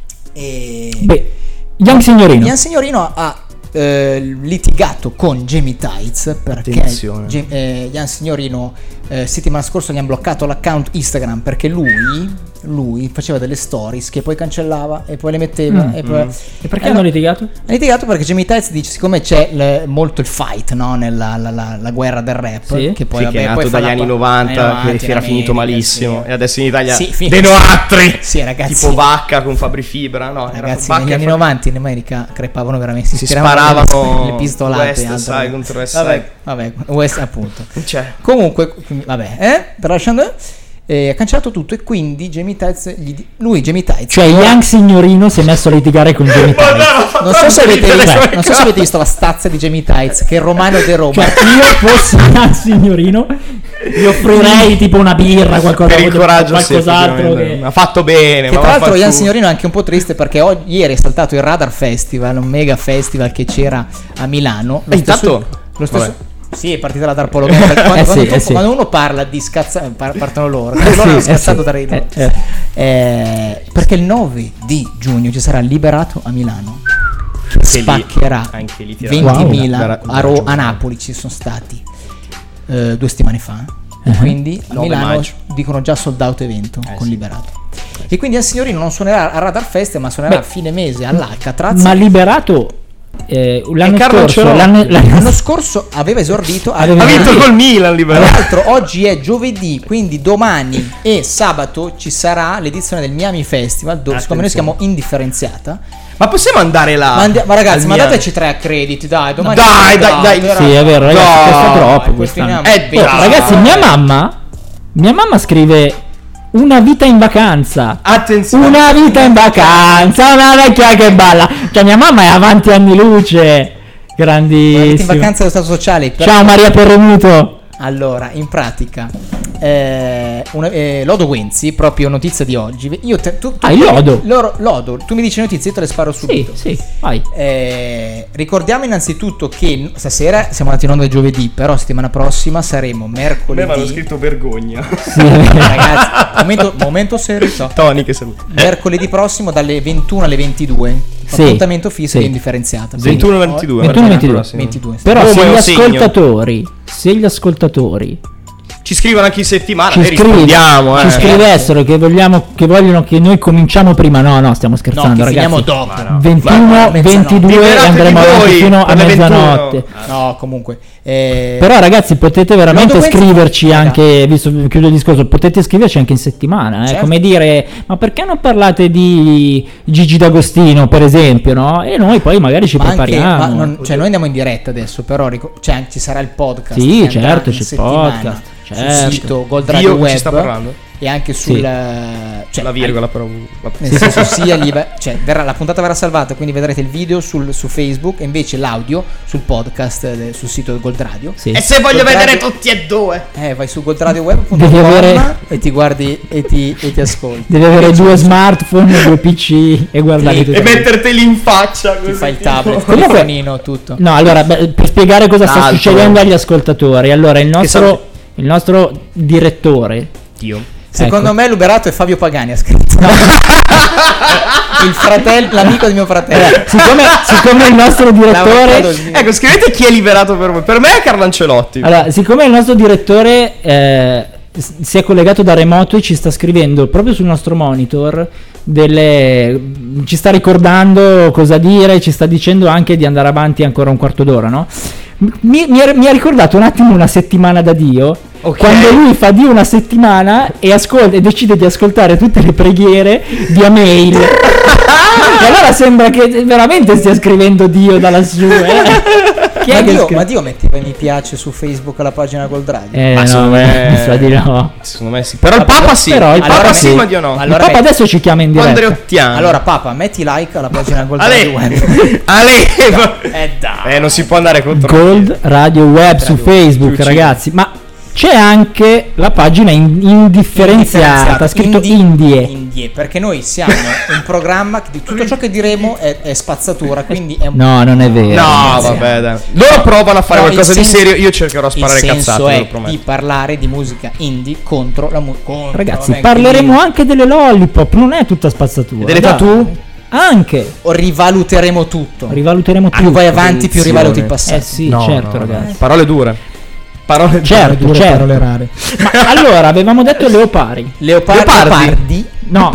E...
Beh, Young Signorino.
Ian Signorino ha eh, litigato con Jamie Tights perché
Attenzione.
Ge- eh, Ian Signorino eh, settimana scorsa gli hanno bloccato l'account Instagram perché lui lui faceva delle stories che poi cancellava e poi le metteva
Mm,
e, poi...
mm.
E perché
Eh,
hanno
no,
litigato?
Ha litigato perché Jamie Tights dice siccome c'è le- molto il fight, no, nella la, la- la guerra del rap,
Sì.
che poi
Sì,
vabbè,
che è nato
poi fa
dagli
la-
anni
anni
novanta,
novanta,
che era
in
finito
America,
malissimo.
sì.
E adesso in Italia
Sì, fi-
dei noastri.
Sì, ragazzi.
Tipo Vacca con Fabri Fibra. No, era
Ragazzi,
Vacca
negli
e
anni
Fabri-
novanta in America crepavano veramente,
Si
tiravano
sparavano
le, le pistolate.
West
altro.
Side contro West
Vabbè,
Side.
vabbè, West appunto.
Cioè,
Comunque, vabbè, eh, tralasciando, eh, ha cancellato tutto e quindi Jamie Tights, gli di- lui Jamie Tights.
Cioè Young Signorino si è messo a litigare con Jamie Tights.
non so, se avete
ridere
visto,
come
non so se avete visto la stazza di Jamie Tights, che è il romano de Roma.
Cioè io fossi Young Signorino gli offrirei tipo una birra, qualcosa,
per il coraggio, sì,
qualcos'altro
effettivamente.
che...
ha fatto bene.
Che
ma
tra l'altro
vaffanculo.
Ian Signorino è anche un po' triste perché oggi, ieri è saltato il Radar Festival, un mega festival che c'era a Milano. Lo
E
stesso-
intanto-
lo stesso
vabbè.
sì, è partita la Darpologata. Quando,
Eh sì,
quando, tu-
eh sì.
quando uno parla di scazzare, partono loro.
Eh
Loro
sì,
hanno
eh
scazzato
sì.
da ridere.
Eh, eh.
Eh, perché il nove di giugno ci sarà Liberato a Milano. Che
lì-
spaccherà
anche lì tirano-
ventimila.
Wow.
a, Ro- a Napoli ci sono stati eh, due settimane fa. E
Uh-huh.
quindi a
nove
Milano
maggio.
dicono già sold out evento
Eh
con
sì.
Liberato. E quindi Ian Signorino non suonerà a Radar Fest, ma suonerà
Beh,
a fine mese all'Alcatraz.
Ma Liberato eh, l'anno
Carlo
scorso,
Ancelotti.
l'anno, l'anno-
L'anno scorso aveva esordito,
Aveva
Ha
aveva
vinto col Milan,
Tra
liberato.
l'altro oggi è giovedì, quindi domani e sabato ci sarà l'edizione del Miami Festival, dove siccome noi siamo indifferenziata.
Ma possiamo andare là?
Ma, andi- ma ragazzi,
Al
ma
Milan?
dateci tre accrediti, dai, domani.
Dai, dai, dai.
però-
Sì, è vero, ragazzi,
No,
costa troppo
poi
quest'anno.
finiamo.
Eh,
Beh,
Oh,
dai.
ragazzi, mia mamma mia mamma scrive una vita in vacanza.
Attenzione.
Una vita in vacanza, una vecchia che balla. Cioè mia mamma è avanti anni luce.
Una vita
Grandissima.
in vacanza dello Stato Sociale. per-
Ciao Maria Perremuto.
Allora, in pratica, eh, una- eh, Lodo Wenzi, proprio notizia di oggi. Io te- tu, tu-
Ah, il Lodo?
Loro, Lodo, tu mi dici notizie, io te le sparo subito.
Sì, sì, vai.
Eh, ricordiamo innanzitutto che stasera siamo andati in onda giovedì, però settimana prossima saremo
A me mi hanno
mercoledì.
scritto vergogna.
Sì, è vero.
Ragazzi, momento, momento serio. no.
Tony che saluta.
Mercoledì prossimo dalle ventuno alle ventidue.
Sì,
Appuntamento fisso
sì.
e indifferenziata.
ventuno ventidue.
ventuno ventidue.
prossimo.
ventidue.
Però
Come
se gli
lo segno.
ascoltatori, se gli ascoltatori
Ci scrivono anche in settimana.
ci,
Noi
scrive-
rispondiamo.
ci
eh.
scrivessero che vogliamo che vogliono che noi cominciamo prima. No, no, stiamo
No,
scherzando,
che finiamo
ragazzi.
dopo.
ventuno,
Ma- mezzanotte.
ventidue e
Liberatevi
andremo avanti
voi
fino a
per le
mezzanotte.
No, comunque. eh,
Però ragazzi potete veramente
Lodo Wenzi-
scriverci
Raga.
anche, visto chiudo il discorso, potete scriverci anche in settimana, eh?
Certo.
Come dire, ma perché non parlate di Gigi D'Agostino per esempio, no? E noi poi magari ci
ma anche,
prepariamo.
ma non- cioè noi andiamo in diretta adesso, però ric- cioè, ci sarà il podcast.
Sì,
che andrà
certo,
in
c'è il
settimana
podcast,
sul
certo.
sito Gold
Dio
Radio
che
Web
ci sta parlando.
e anche sul
Sì.
cioè,
La virgola però. vabbè.
nel senso sia live- cioè verrà, la puntata verrà salvata, quindi vedrete il video sul- su Facebook e invece l'audio sul podcast eh, sul sito del Gold Radio.
Sì.
E se voglio
Gold
vedere
Radio-
tutti e due.
Eh, vai su goldradioweb punto
Devi
com
avere-
e ti guardi e ti, e ti ascolti.
Devi avere due smartphone, due P C e guardarli
Sì,
tutti.
E metterteli in faccia.
Ti
Così,
fai il
tipo.
tablet, con il
Comunque-
telefonino, tutto.
No, allora, beh, per spiegare cosa sta
L'altro.
succedendo agli ascoltatori, allora il nostro,
saluti.
il nostro direttore,
Dio.
Secondo
ecco.
me Luberato è Fabio Pagani, ha scritto. Il fratello, l'amico di mio fratello.
allora, siccome, siccome il nostro direttore,
Ecco, scrivete chi è liberato per voi. Per me è Carlo Ancelotti.
allora, siccome il nostro direttore eh, s- si è collegato da remoto e ci sta scrivendo proprio sul nostro monitor delle, ci sta ricordando cosa dire, ci sta dicendo anche di andare avanti ancora un quarto d'ora, no? Mi, mi ha, mi ha ricordato un attimo una settimana da Dio.
Ok.
Quando lui fa Dio una settimana e, ascolta, e decide di ascoltare tutte le preghiere via mail. E allora sembra che veramente stia scrivendo Dio da lassù. Eh? Chi
ma,
è che
Dio,
scri-
ma Dio metteva mi piace su Facebook alla pagina Gold Radio.
Eh,
Ma
no,
secondo me-
mi sa di no.
Secondo me sì. Però il
Vabbè,
Papa sì.
però il
il Papa
Papa
sì,
sì.
ma Dio no.
Allora,
il Papa
metti-
adesso ci chiama in diretta.
Andreottiano.
Allora Papa, metti like alla pagina Gold
Ale,
Radio Web.
Ale,
Eh dai.
eh, non si può andare contro.
Gold Radio Web su
Radio
Facebook,
Più
ragazzi. Ma c'è anche la pagina in- indifferenziata, scritto
Indie-
Indie.
Indie, perché noi siamo un programma che di tutto ciò che diremo è, è spazzatura, quindi è un
No, non è vero.
No,
Ragazzi,
vabbè, dai. Loro provano a fare
No,
qualcosa
il
di
senso-
serio. Io cercherò a sparare
il senso
cazzate, ve lo
è
prometto.
di parlare di musica indie contro la musica.
Ragazzi, parleremo anche delle lollipop, non è tutta spazzatura.
Delle
dai.
tattoo?
Anche.
O rivaluteremo tutto.
Rivaluteremo tutto.
Più vai avanti, più
Attenzione.
rivaluti il passato.
Eh sì,
No,
certo,
no, no.
ragazzi.
Parole dure. Parole
Certo,
Dure
certo.
parole rare.
Ma allora, avevamo detto leopari.
Leopardi.
Leopardi?
No.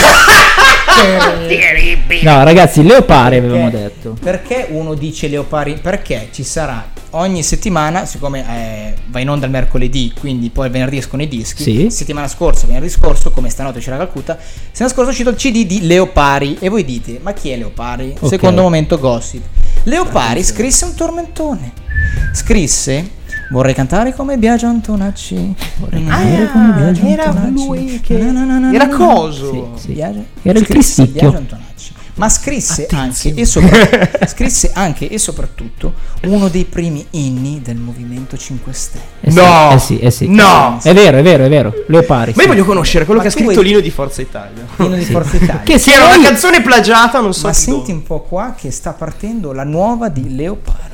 No, ragazzi, leopari avevamo detto.
Perché uno dice leopari? Perché ci sarà ogni settimana, siccome eh, va in onda il mercoledì, quindi poi il venerdì escono i dischi.
Sì.
Settimana scorsa, venerdì scorso, come stanotte c'era Calcutta, settimana scorsa è uscito il C D di Leopari. E voi dite, ma chi è Leopari?
Ok.
Secondo momento gossip. Leopari scrisse un tormentone. Scrisse: vorrei cantare come Biagio Antonacci. Vorrei cantare come Biagio
era
Antonacci.
lui che-
Na, na, na, na,
era
na, na.
coso.
Sì, sì. Biagio-
Era il
scrisse
Cristicchio.
Biagio Antonacci. Ma scrisse anche, e sopra- scrisse anche e soprattutto uno dei primi inni del Movimento cinque Stelle.
Eh sì,
No.
eh sì, eh sì.
No.
È vero, è vero, è vero. Leopari.
Ma io
sì.
voglio conoscere quello
Ma
che ha
tu
scritto
vuoi-
l'ino di Forza Italia.
Uno di
Sì.
Forza Italia.
Che se
Che era
noi-
una canzone plagiata, non so
Ma
di
senti
dove.
un po' qua che sta partendo la nuova di Leopari.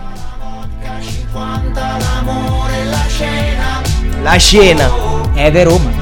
La scena.
Ed è Roma.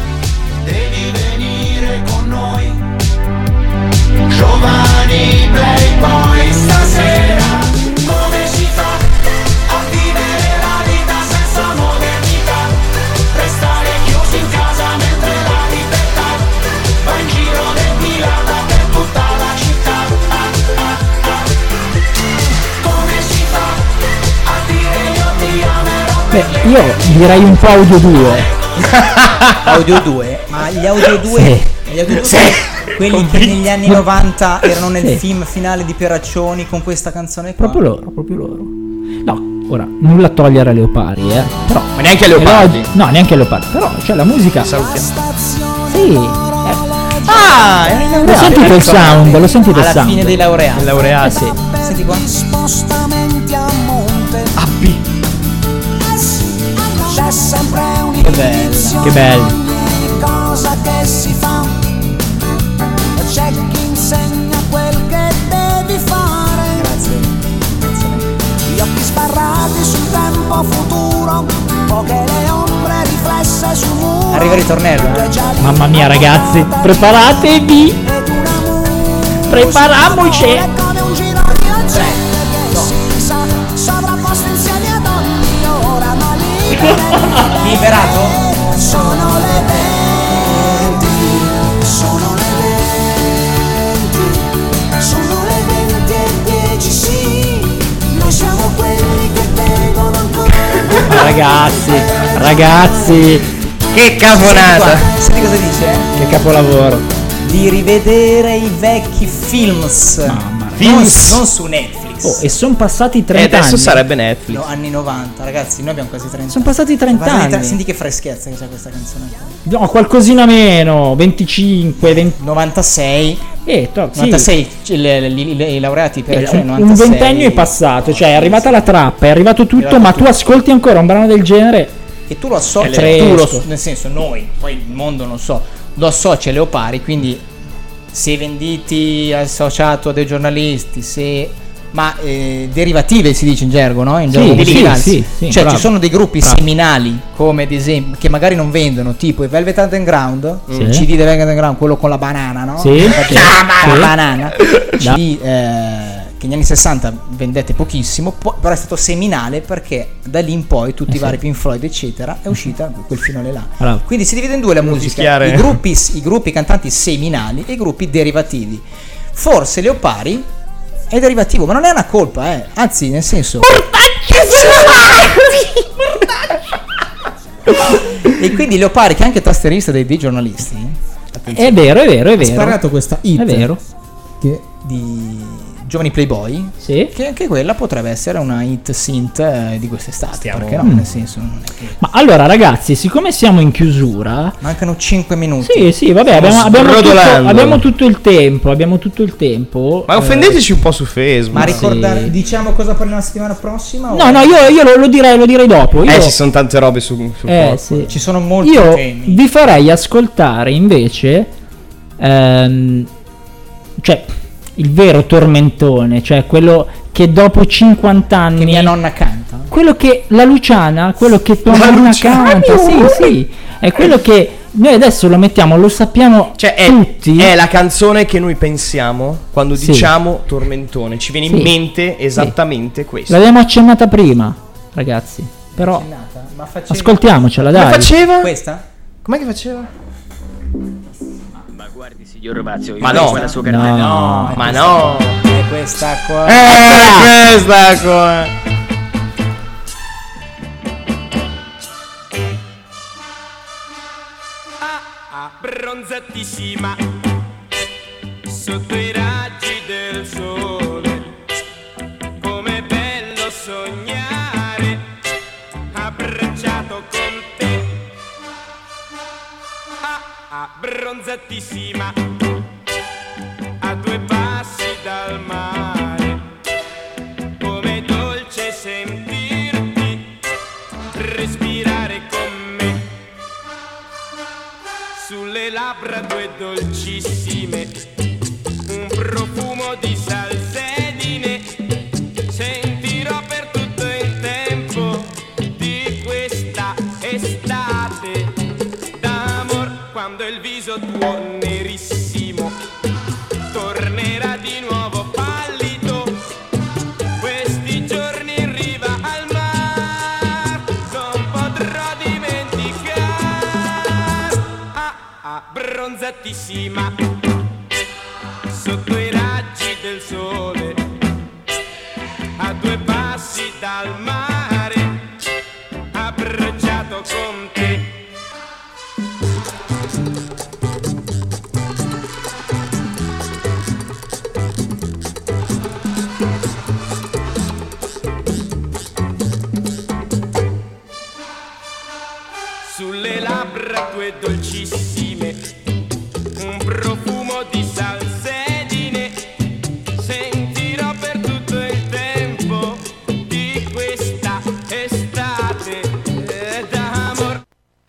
Giovani playboy stasera, come si fa a vivere la vita senza modernità? Restare chiusi in casa mentre la libertà va in giro depilata per tutta la città. Ah, ah, ah. Come si fa a dire io ti amerò?
Beh, io direi un po' audio due.
Audio due, ma gli Audio due,
Sì.
gli Audio due
Sì.
quelli che negli anni novanta erano nel
Sì.
film finale di Pieraccioni con questa canzone qua.
Proprio loro, proprio loro. No, ora, nulla a togliere a Leopari, eh. Però.
Ma neanche a Leopardi.
Però- no, neanche a Leopardi. Però, cioè, la musica.
Salutiamo.
Sì. eh,
Ah, era in
L'ho
laureato.
sentito il sound, l'ho sentito il
Alla
sound.
fine dei laureati.
Laureati.
Eh sì.
Senti qua.
Spostamenti a monte,
A B.
c'è sempre
Che bella.
Che belli.
ogni cosa che si fa. C'è chi insegna quel che devi fare.
Grazie.
Gli occhi sbarrati sul tempo futuro, poche le ombre riflesse sul muro.
Arriva il ritornello, eh.
Mamma mia, ragazzi, preparatevi.
Ed una musica
Prepariamoci.
è come un giro di angeli che si sa sovrapposti insieme ad ogni ora, ma libere.
Liberato?
Sono le venti, sono le venti, sono le venti e dieci, sì, noi siamo quelli che vengono ancora.
Ragazzi, ragazzi,
Che caponata.
Senti cosa dice? eh?
che capolavoro.
Di rivedere i vecchi films.
Mamma mia.
Films.
Non, non su Netflix.
Oh, e sono passati
E
trenta
adesso
anni.
sarebbe Netflix.
No, anni novanta, ragazzi, noi abbiamo quasi trenta.
Sono passati trenta
Passati tre-
anni.
Senti che freschezza che c'è questa canzone qua.
No, qualcosina meno, venticinque, venti.
novantasei.
Eh, to- sì.
novantasei, c- le- le- le- i laureati per
Eh,
cioè,
un, un
novantasei.
ventennio è passato, cioè è arrivata la trappa, è arrivato tutto,
arrivato
ma tu
tutto.
ascolti ancora un brano del genere.
E tu lo associ,
È
tu lo-
fresco.
nel senso noi, poi il mondo non so, lo associ a Leopari, quindi se venditi associato a dei giornalisti, se ma eh, derivative si dice in gergo, no? In gergo
Sì,
musicale.
sì, sì, sì,
cioè
bravo.
ci sono dei gruppi
Bravo.
seminali come ad esempio che magari non vendono, tipo i Velvet Underground,
Sì.
il C D del Velvet Underground, quello con la banana, no?
Sì.
Infatti,
Sì.
la
Sì.
banana C D eh, che negli anni sessanta vendette pochissimo, po- però è stato seminale perché da lì in poi tutti
Eh
i
sì.
vari Pink Floyd eccetera è uscita quel filone là.
Bravo.
Quindi si divide in due la musica,
fischiare.
i gruppi, i gruppi cantanti seminali e i gruppi derivativi. Forse Leopari è derivativo, ma non è una colpa, eh. Anzi, nel senso. E quindi Leopari, che è anche tastierista dei, dei giornalisti,
È vero, è vero, è
Ha
vero.
sparato questa hit.
È vero.
che, di Giovani Playboy,
sì,
che anche quella potrebbe essere una hit synth eh, di quest'estate.
Stiamo-
Perché no?
Mm.
Nel senso, non è che
Ma allora ragazzi, siccome siamo in chiusura,
mancano cinque minuti.
sì, sì, vabbè, abbiamo, abbiamo, tutto,
sbrodolando.
abbiamo tutto il tempo, abbiamo tutto il tempo.
Ma offendeteci un po' su Facebook.
Ma ricordare,
sì.
diciamo cosa parliamo la settimana prossima? o-
No, no, io, io lo, lo direi, lo direi dopo. Io,
Eh, ci sono tante robe su, sul
eh,
corpo.
sì.
Ci sono molti
Io
temi.
vi farei ascoltare invece, ehm, cioè, il vero tormentone, cioè quello che dopo cinquanta anni,
Che mia nonna canta.
quello che la Luciana, quello che tua
La
nonna
Luciana?
canta, sì, sì, è quello che noi adesso lo mettiamo, lo sappiamo
Cioè, è,
tutti.
è la canzone che noi pensiamo quando
Sì.
diciamo tormentone. Ci viene in
Sì.
mente esattamente questo.
L'abbiamo accennata prima, ragazzi, però
Ma faceva
ascoltiamocela,
Come
dai.
faceva?
questa?
Com'è che faceva?
Ma guardi, signor Rovazio, io
Ma
vedo
no.
quella sua cartella.
No,
Ma no.
È questa qua.
Eh, questa qua.
Abbronzatissima sotto i raggi del sole, come bello sognare abbracciato con te. Ah, abbronzatissima a due passi dal mare, come dolce sentirti respirare con me. Sulle labbra due dolcissime, un profumo di salsedine, sentirò per tutto il tempo di questa estate d'amor, quando il viso tuo nerissimo tornerà di nuovo pallido, questi giorni in riva al mar non potrò dimenticare. Abbronzatissima sotto i raggi del sole, a due passi dal mare, abbracciato con te. Sulle labbra tue dolcissime, un profumo di salsedine, sentirò per tutto il tempo di questa estate d'amor.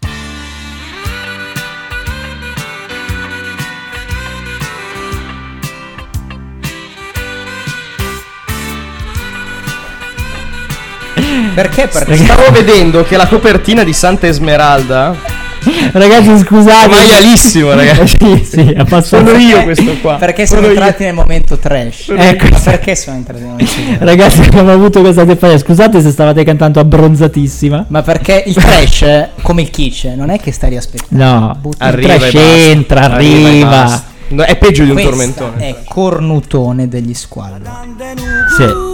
Perché? Perché
Stavo vedendo che la copertina di Santa Esmeralda
Ragazzi, scusate.
è maialissimo, ragazzi.
Sì, sì, abbastanza.
Sono io questo qua.
Perché siamo
Sono io.
entrati nel momento trash.
Ecco.
Ma perché siamo entrati nel momento trash?
Ragazzi, abbiamo avuto questa defaia. Scusate se stavate cantando abbronzatissima.
Ma perché il trash, eh, come il kitsch, non è che stai rispettando.
No,
Butti-
il
Arriva
trash
e basta.
entra,
e
arriva.
basta. No, è peggio di un
Questa
tormentone.
è Cornutone degli Squalo.
Sì.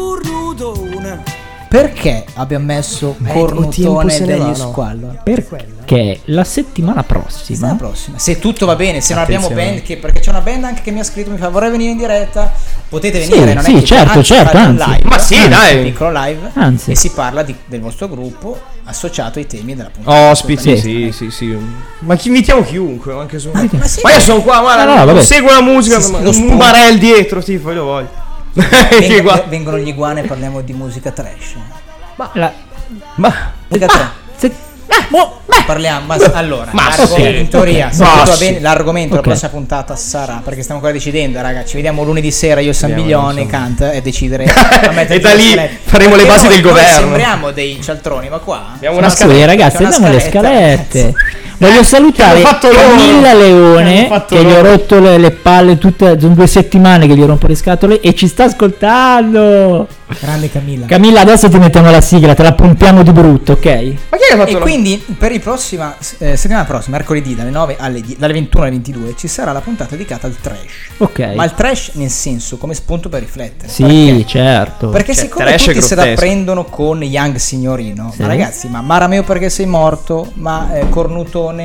Perché abbiamo messo
Eh, o tempo
Cornutone
se ne
degli
va, no?
Squalo?
Perché la settimana prossima
La prossima, se tutto va bene, se non abbiamo
Attenzione.
band, che, perché c'è una band anche che mi ha scritto, mi fa vorrei venire in diretta, potete
Sì,
venire, non
sì,
è che
certo,
anzi,
certo,
fate un
anzi.
live,
Ma sì,
anzi,
dai.
un piccolo live,
Anzi.
e si parla di- del vostro gruppo associato ai temi della puntata.
Ospiti,
Assolutamente.
sì, sì, sì. Ma chi invitiamo chiunque, anche su.
Ma sì,
Ma io sono qua, guarda,
No, no, vabbè.
seguo la musica,
Sì,
ma-
lo
un
spunto.
barel dietro, tipo, io lo voglio. Che
Vengono,
guarda-
vengono gli iguane e parliamo di musica trash.
la,
Ma
Musica trash.
se- ah, boh, beh,
Parliamo, ma allora,
Ma
l'argomento-
sì.
in teoria,
Ok.
se
Ma
tutto va
sì.
bene, l'argomento della
Ok.
prossima puntata sarà, perché stiamo ancora decidendo, raga, ci vediamo lunedì sera io e San
Vediamo,
Biglione,
insomma.
Kant, e decidere a mettere
E da
giù
lì
la scaletta.
faremo le
Perché
basi
noi-
del
noi
governo.
sembriamo dei cialtroni, ma qua
Abbiamo una
ma sì,
scaletta.
ragazzi,
c'è una
diamo le
scaletta,
scalette. Voglio salutare
Che hanno fatto loro.
Camilla
Che
Leone,
hanno fatto
che gli ho
loro.
rotto le, le palle tutte, sono due settimane che gli rompo le scatole e ci sta ascoltando.
grande Camilla.
Camilla, adesso ti mettiamo la sigla, te la pompiamo di brutto, ok?
Ma chi è che ha fatto
E
la-
quindi per il prossima eh, settimana prossima, mercoledì dalle nove alle die- dalle ventuno alle ventidue ci sarà la puntata dedicata al trash.
Ok.
Ma il trash nel senso come spunto per riflettere.
Sì,
Perché?
certo.
Perché
Cioè,
siccome
trash è
tutti se la
grottesco.
prendono con Young Signorino,
Sì.
ma ragazzi, ma Marameo perché sei morto, ma eh, Cornutone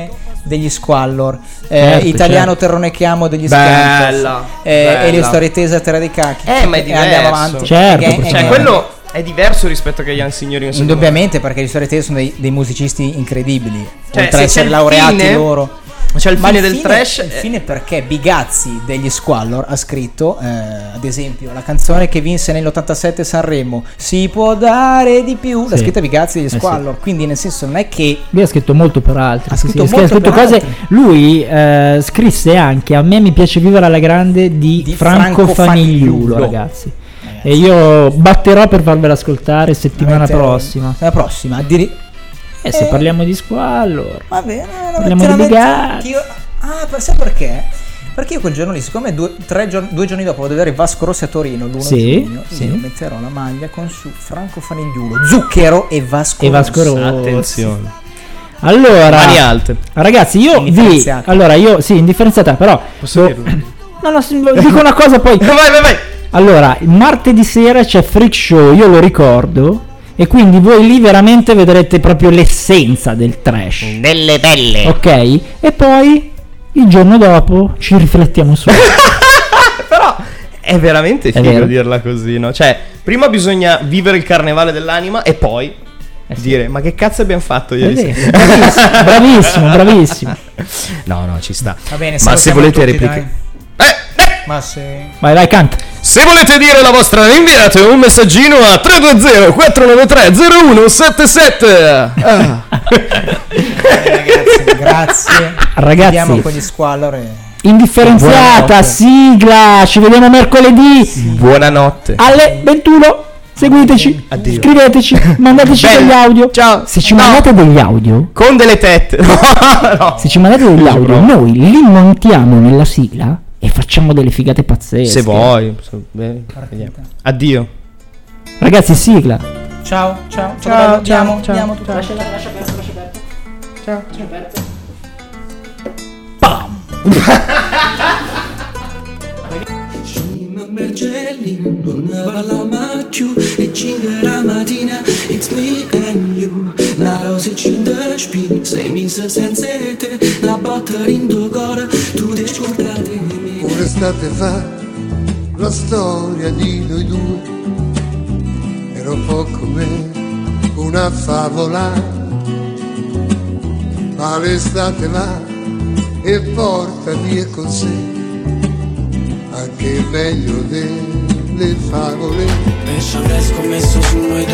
degli Squallor, eh,
Certo,
Italiano
certo.
Terrone che amo degli
Bella,
Scantos, eh,
bella.
e le storie tese a terra dei cacchi.
Eh, ma è
E andiamo
diverso.
avanti.
Certo,
Again,
Cioè,
again.
quello è diverso rispetto che gli Young Signori. non so
Indubbiamente, perché le storie tese sono dei, dei musicisti incredibili,
Cioè,
oltre
se
a essere
c'è il
laureati
fine-
loro.
come. Cioè, il
Ma
fine
il
del
fine-
trash.
il
è-
fine perché Bigazzi degli Squallor ha scritto, eh, ad esempio, la canzone che vinse nell'ottantasette Sanremo, Si può dare di più, l'ha
Sì.
scritta Bigazzi degli
Eh sì.
Squallor. Quindi, nel senso, non è che
Lui ha scritto molto per altri.
Ha
sì,
scritto
sì,
molto
scritto
per
cose.
altri.
Lui eh, scrisse anche A me mi piace vivere alla grande di,
Di
Franco,
Franco
Fanigliulo,
Fanigliulo.
ragazzi. E io batterò per farvela ascoltare settimana
Avete-
prossima.
La prossima, addiri-
E se
Eh.
parliamo di Squallor.
Va bene, la
Parliamo
metterò-
di
metto-
Bigazzi.
io- Ah, per- sai perché? Perché io quel giorno lì, siccome due, tre giorni, due giorni dopo vado a vedere Vasco Rossi a Torino l'primo
Sì,
giugno,
sì.
io metterò la maglia con su Franco Fanigliulo, Zucchero e Vasco
E Vasco
Rossi.
Rossi.
Attenzione.
Allora,
Mani alte.
ragazzi, io vi.
Indifferenziata.
Allora, io. Sì, indifferenziata, però.
Posso
boh,
dirlo?
No, no, sì, dico una cosa poi.
Vai, vai, vai.
Allora, il martedì sera c'è Freak Show, io lo ricordo. E quindi voi lì veramente vedrete proprio l'essenza del trash.
Delle belle.
Ok? E poi il giorno dopo ci riflettiamo su.
Però è veramente
È
figo
vero.
dirla così, no? Cioè, prima bisogna vivere il carnevale dell'anima e poi
Eh sì.
dire ma che cazzo abbiamo fatto
È
ieri
vero,
sera?
bravissimo, bravissimo, bravissimo.
No, no, ci sta.
Va bene,
Ma se
salutiamo
volete
tutti,
repliche.
dai.
Eh, eh.
Ma se...
Vai, vai, canta.
Se volete dire la vostra, inviate un messaggino a tre due zero quattro nove tre zero uno sette sette. Ah.
Ragazzi, grazie.
Ragazzi.
Andiamo con gli Squallor e...
Indifferenziata,
Buonanotte.
sigla. Ci vediamo mercoledì
Buonanotte.
alle ventuno. Seguiteci,
Addio.
scriveteci, mandateci
Bello.
degli audio.
Ciao.
Se ci
No.
mandate degli audio,
Con delle tette. No, no.
se ci mandate degli audio, noi li montiamo nella sigla e facciamo delle figate pazzesche.
Se vuoi. so- beh, vediamo. Addio.
Ragazzi, sigla.
Ciao, ciao, ciao,
Ciao,
bello,
ciao,
andiamo,
ciao,
andiamo tutti.
ciao.
Lascia, lascia aperto, lascia aperto.
Ciao.
Margelli, non ne parliamo più. E cinque la mattina, it's me and you. La rosa e cinque spine, sei messa senza te. La botta in tuo cuore, tu ti scordate di me.
Un'estate fa, la storia di noi due era un po' come una favola, ma l'estate va e porta via con sé anche il meglio delle favole.
E ci avrei scommesso su noi